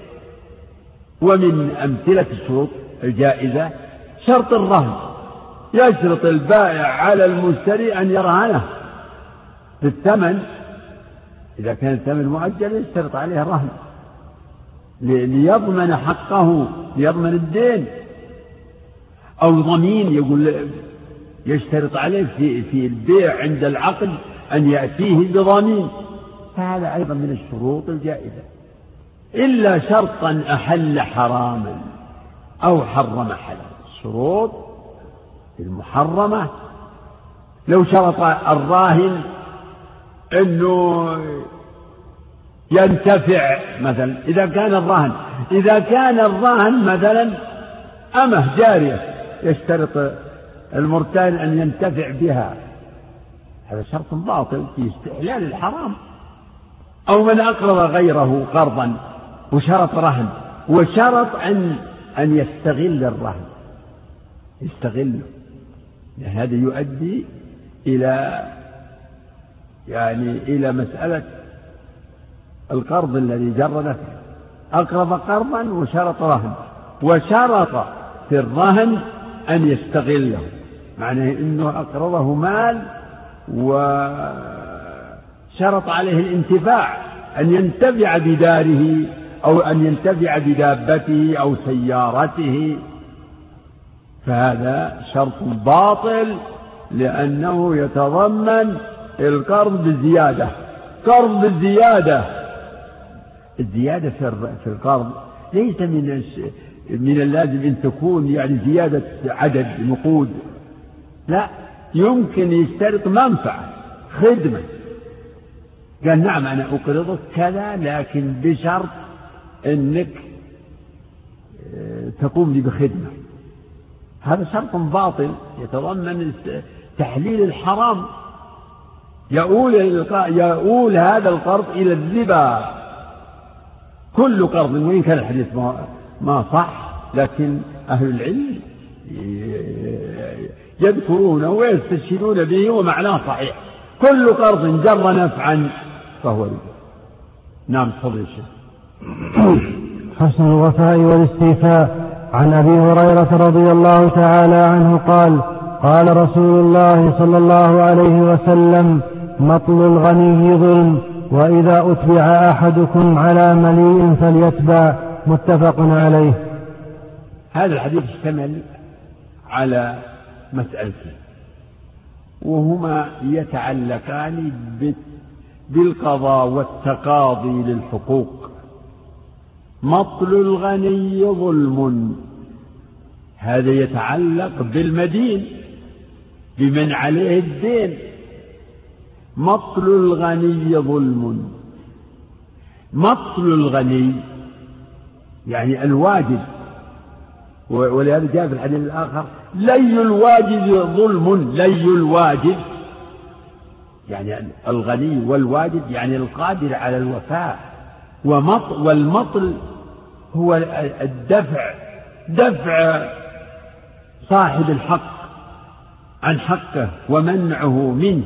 ومن أمثلة الشروط الجائزة شرط الرهن. يشرط البائع على المشتري أن يرهنه بالثمن، إذا كان الثمن مؤجل يشترط عليه الرهن ليضمن حقه، ليضمن الدين. أو ضمين، يقول يشترط عليه في البيع عند العقد أن يأتيه بضمين، فهذا أيضا من الشروط الجائزة. إلا شرطا أحل حراما، أو حرم حلال. الشروط المحرمة لو شرط الراهن أنه ينتفع مثلا، إذا كان الراهن مثلا أمه جارية يشترط المرتهن أن ينتفع بها، هذا شرط باطل في استحلال الحرام. أو من أقرض غيره قرضا وشرط رهن وشرط أن يستغل الرهن، يستغله، هذا يؤدي إلى مسألة القرض الذي جر نفعه. أقرض قرضا وشرط رهن وشرط في الرهن أن يستغله، معناه أنه أقرضه مال وشرط عليه الانتفاع، أن ينتفع بداره أو أن ينتفع بدابته أو سيارته، فهذا شرط باطل لأنه يتضمن القرض بالزيادة. قرض بالزيادة، الزيادة في القرض ليس من اللازم أن تكون يعني زيادة عدد نقود، لا، يمكن يشترط منفعة خدمة. قال نعم أنا أقرضك كذا لكن بشرط أنك تقوم لي بخدمة، هذا شرط باطل يتضمن تحليل الحرام، يؤول هذا القرض إلى الربا. كل قرض، وإن كان الحديث ما صح، لكن أهل العلم يذكرونه ويستشهدون به ومعناه صحيح. كل قرض جر نفعا فهو ربا. نعم تفضل يا شيخ. حسن الوفاء والاستيفاء. عن أبي هريرة رضي الله تعالى عنه قال: قال رسول الله صلى الله عليه وسلم: مطل الغني ظلم، وإذا أتبع أحدكم على مليء فليتبع. متفق عليه. هذا الحديث اشتمل على مسألتين، وهما يتعلقان بالقضاء والتقاضي للحقوق. مطل الغني ظلم، هذا يتعلق بالمدين، بمن عليه الدين. مطل الغني ظلم. مطل الغني يعني الواجب، ولهذا جاء في الحديث الآخر: لي الواجب ظلم. لي الواجب يعني الغني، والواجب يعني القادر على الوفاء. والمطل هو دفع صاحب الحق عن حقه ومنعه منه.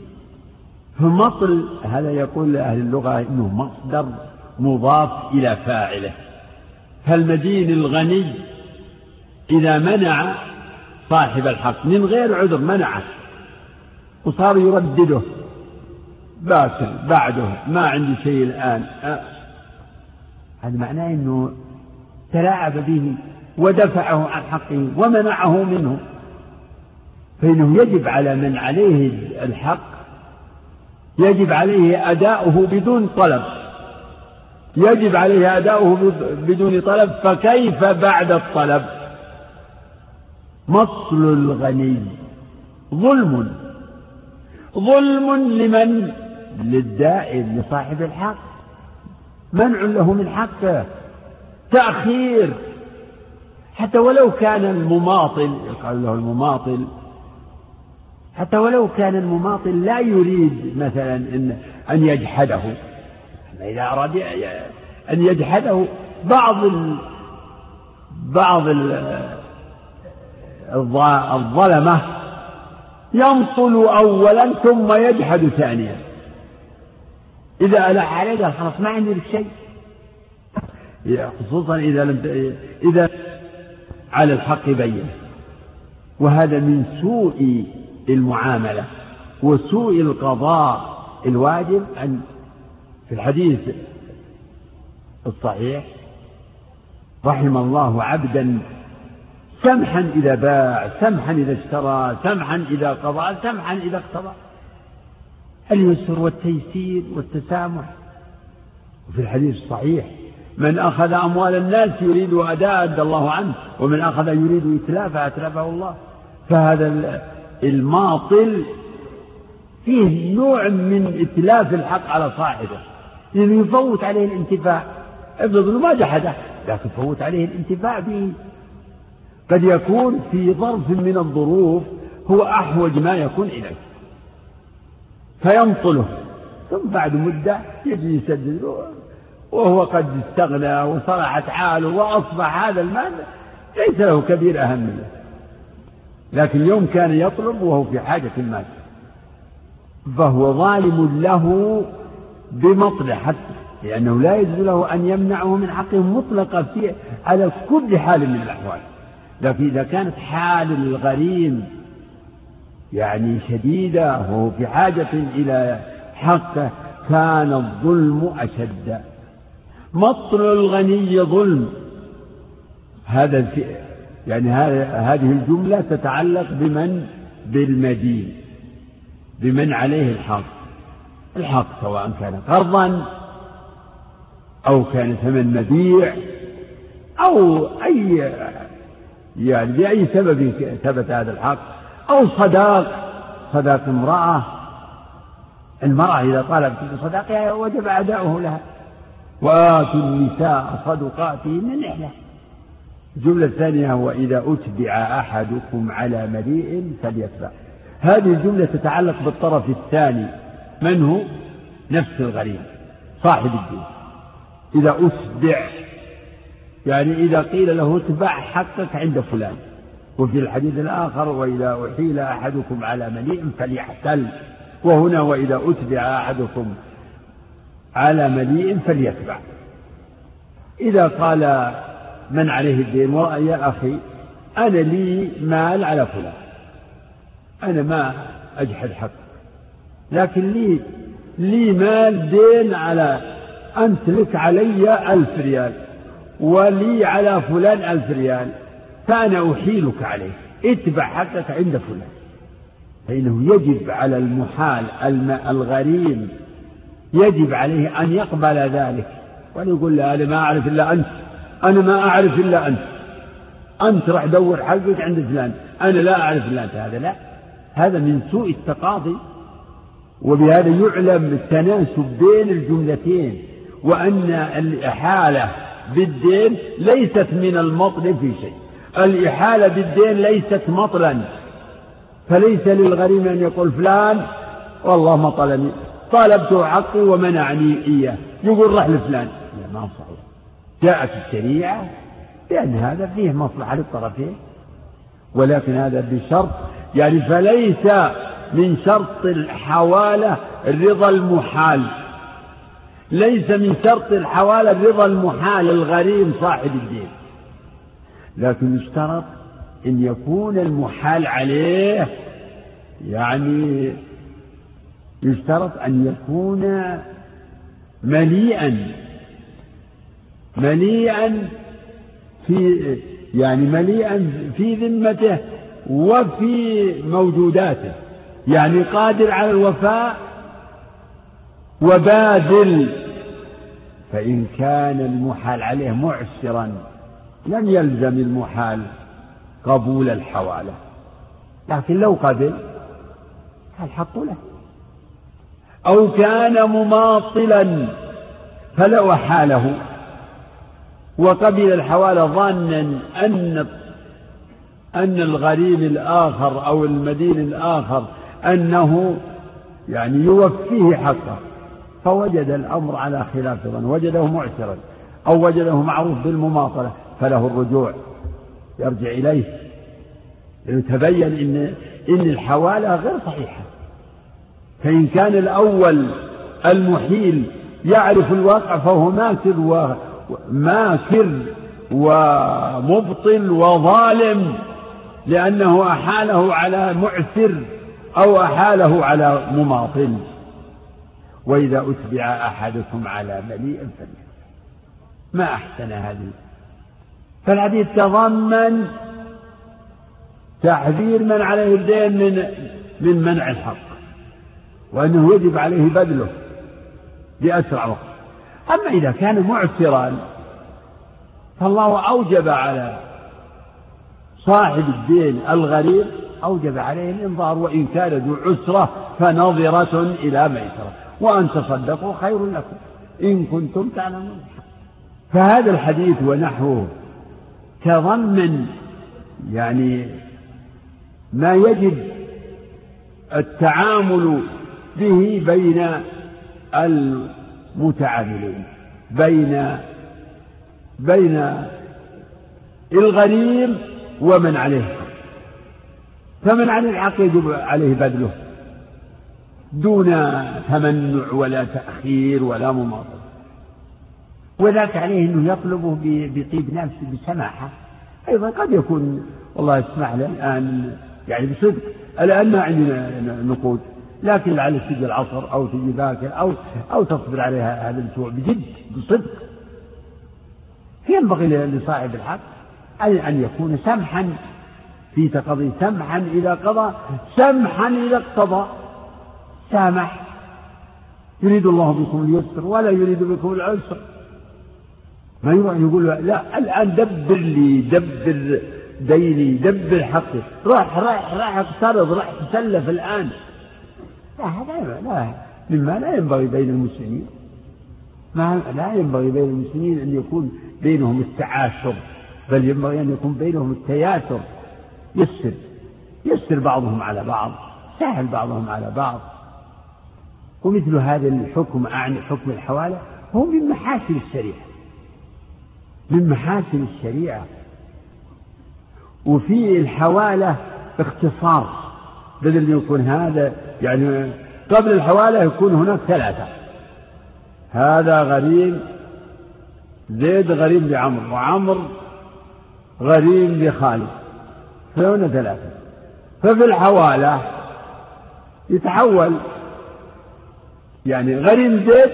فمطل هذا يقول أهل اللغة إنه مصدر مضاف إلى فاعله. فالمدين الغني إذا منع صاحب الحق من غير عذر، منعه وصار يردده: باكر بعده، ما عندي شيء الآن، هذا معناه أنه تلاعب به ودفعه عن حقه ومنعه منه. فإنه يجب على من عليه الحق، يجب عليه أداؤه بدون طلب، يجب عليه أداؤه بدون طلب، فكيف بعد الطلب؟ مطل الغني ظلم. ظلم لمن؟ للدائن، لصاحب الحق، منع له من حقه، تأخير. حتى ولو كان المماطل، يقال له المماطل، حتى ولو كان المماطل لا يريد مثلا أن يجحده، إذا أراد أن يجحده بعض الظلمة يمطل أولا ثم يجحد ثانيا. إذا ألح عليه قال خلاص ما عندي لك شيء، خصوصا إذا على الحق بين. وهذا من سوء المعاملة وسوء القضاء. الواجب أن في الحديث الصحيح: رحم الله عبدا سمحا إذا باع، سمحا إذا اشترى، سمحا إذا قضى، سمحا إذا اقتضى. اليسر والتيسير والتسامح. وفي الحديث الصحيح: من أخذ أموال الناس يريد أداء أدى الله عنه، ومن أخذ يريد إتلافها أتلفه الله. فهذا الماطل فيه نوع من إتلاف الحق على صاحبه، لأنه يفوت عليه الانتفاع. افرض ما جحده لكن فوت عليه الانتفاع به. قد يكون في ظرف من الظروف هو أحوج ما يكون إليه فينطله، ثم بعد مدة يجي يسدد وهو قد استغنى وصلحت حاله وأصبح هذا المال ليس له كبير أهمية، لكن يوم كان يطلب وهو في حاجة المال فهو ظالم له بمطلع، حتى لأنه لا يجوز له أن يمنعه من حقه مطلقا على كل حال من الأحوال. لكن إذا كانت حال الغريم يعني شديدة وهو في حاجة إلى حقه كان الظلم أشد. مطل الغني ظلم. هذا يعني هذه الجملة تتعلق بالمدين، بمن عليه الحق سواء كان قرضا أو كان ثمن مبيع أو يعني بأي سبب ثبت هذا الحق، أو صداق امرأة. المرأة إذا طالبت بصداقها وجب أداؤه لها. وآتوا النساء صدقاتهن نحلة. الجملة الثانية هو إذا أتبع أحدكم على مليء فليتبع. هذه الجملة تتعلق بالطرف الثاني، من هو؟ نفس الغريم صاحب الدين. إذا أتبع يعني إذا قيل له اتبع حقك عند فلان. وفي الحديث الآخر وإذا أحيل أحدكم على مليء فليحتل. وهنا وإذا أتبع أحدكم على مليء فليتبع. إذا قال من عليه الدين يا أخي أنا لي مال على فلان، أنا ما أجحد حقك، لكن لي مال دين على أنت لك علي 1000 ريال ولي على فلان 1000 ريال، فأنا أحيلك عليه، اتبع حقك عند فلان. فإنه يجب على المحال الغريم يجب عليه أن يقبل ذلك، وأن يقول لا أنا ما أعرف إلا أنت، أنا ما أعرف إلا أنت راح دور حقك عند فلان، أنا لا أعرف إلا أنت. هذا لا، هذا من سوء التقاضي. وبهذا يعلم التناسب بين الجملتين، وأن الإحالة بالدين ليست من المطل في شيء. الإحالة بالدين ليست مطلا، فليس للغريم أن يقول فلان والله ما طلبني، طالبته حقي ومنعني إياه، يقول رح لفلان. لا، ما صحيح. جاءت الشريعة لأن هذا فيه مصلحة للطرفين، ولكن هذا بشرط يعني فليس من شرط الحوالة الرضا المحال، ليس من شرط الحوالة الرضا المحال الغريم صاحب الدين، لكن يشترط أن يكون المحال عليه، يعني يشترط أن يكون مليئا في يعني مليئا في ذمته وفي موجوداته، يعني قادر على الوفاء وباذل. فإن كان المحال عليه معسرا لم يلزم المحال قبول الحوالة، لكن لو قبل فالحق له. أو كان مماطلا فلو حاله وقبل الحوالة ظانا أن الغريم الآخر أو المدين الآخر أنه يعني يوفيه حقه، فوجد الأمر على خلاف ظن، وجده معسرا أو وجده معروف بالمماطلة، فله الرجوع، يرجع إليه يتبين إن الحوالة غير صحيحة. فإن كان الأول المحيل يعرف الواقع فهو ماكر ومبطل وظالم، لأنه أحاله على معسر أو أحاله على مماطل. وإذا أتبع أحدكم على مليء فليتبع. ما أحسن هذه. فالحديث تضمن تحذير من عليه الدين من منع الحق، وأنه يجب عليه بذله بأسرع وقت. أما إذا كان معسرا فالله أوجب على صاحب الدين الغريب أوجب عليه الإنظار، وإن كان ذو عسرة فنظرة إلى ميسرة، وأن تصدقوا خير لكم إن كنتم تعلمون. فهذا الحديث ونحوه تضمن يعني ما يجب التعامل به بين المتعاملين، بين الغريم ومن عليه حق. فمن عليه الحق يجب عليه بذله دون تمنع ولا تأخير ولا مماطلة، وذاك عليه أنه يطلبه بطيب نفس بسماحة. أيضا قد يكون والله اسمح لي الآن يعني بصدق، الآن ما عندنا نقود، لكن لعل تجي العصر أو تجي باكر أو تصبر عليها هذا الأسبوع بجد بصدق. ينبغي لصاحب الحق أن يكون سمحا في تقضي، سمحا إذا قضى، سمحا إذا اقتضى. سامح، يريد الله بكم اليسر ولا يريد بكم العسر. ما يروح يقول لا الآن دبر لي، دبر ديني، دبر حقي، راح اقترض، راح تسلف الآن. لا مما لا ينبغي بين المسلمين، لا ينبغي بين المسلمين أن يكون بينهم التعاشر، بل ينبغي أن يكون بينهم التياسر. يسر بعضهم على بعض، سهل بعضهم على بعض. ومثل هذا الحكم، أعني حكم الحوالة، هو من محاسن الشريعة، من محاسن الشريعة. وفي الحوالة اختصار، بدل يكون هذا يعني قبل الحوالة يكون هناك 3، هذا غريم زيد غريم لعمر، وعمر غريم لخالد، فهنا 3. ففي الحوالة يتحول يعني غريم زيد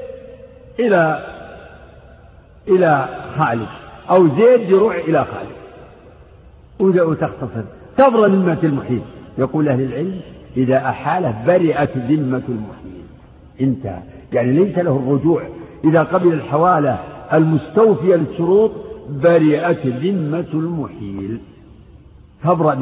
إلى خالد، أو زيد يروح إلى خالد، وتختصر. تبرأ ذمة المحيل. يقول أهل العلم إذا أحاله برئت ذمة المحيل، انتهى، يعني ليس له الرجوع. إذا قبل الحوالة المستوفية للشروط برئت ذمة المحيل، تبرأ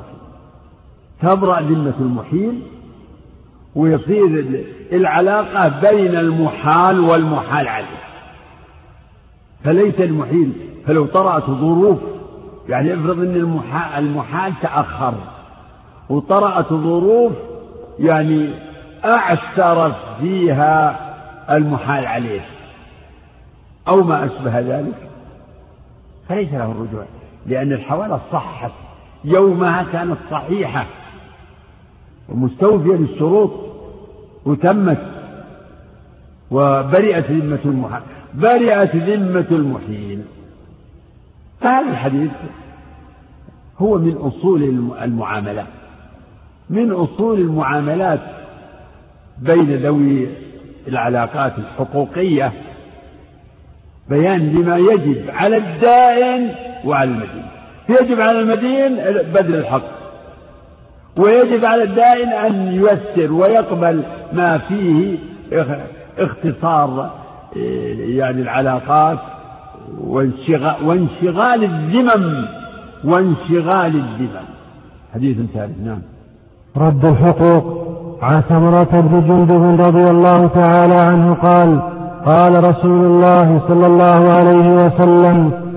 ذمة المحيل، ويصير العلاقة بين المحال والمحال عليه. فليس المحيل، فلو طرأت ظروف، يعني افرض ان المحال تأخر وطرأت ظروف يعني أعسرت فيها المحال عليه أو ما أشبه ذلك، فليس له الرجوع، لأن الحوالة صحت يومها، كانت صحيحة ومستوفية للشروط وتمت، وبرئت ذمة المحال، برئت ذمة المحيل. فهذا الحديث هو من أصول المعاملات، من أصول المعاملات بين ذوي العلاقات الحقوقية، بيان لما يجب على الدائن وعلى المدين. يجب على المدين بذل الحق، ويجب على الدائن أن ييسر ويقبل ما فيه اختصار يعني العلاقات وانشغال الذمم حديث ثالث. نعم. رد الحقوق. عن سمرة بن جندب رضي الله تعالى عنه قال: قال رسول الله صلى الله عليه وسلم: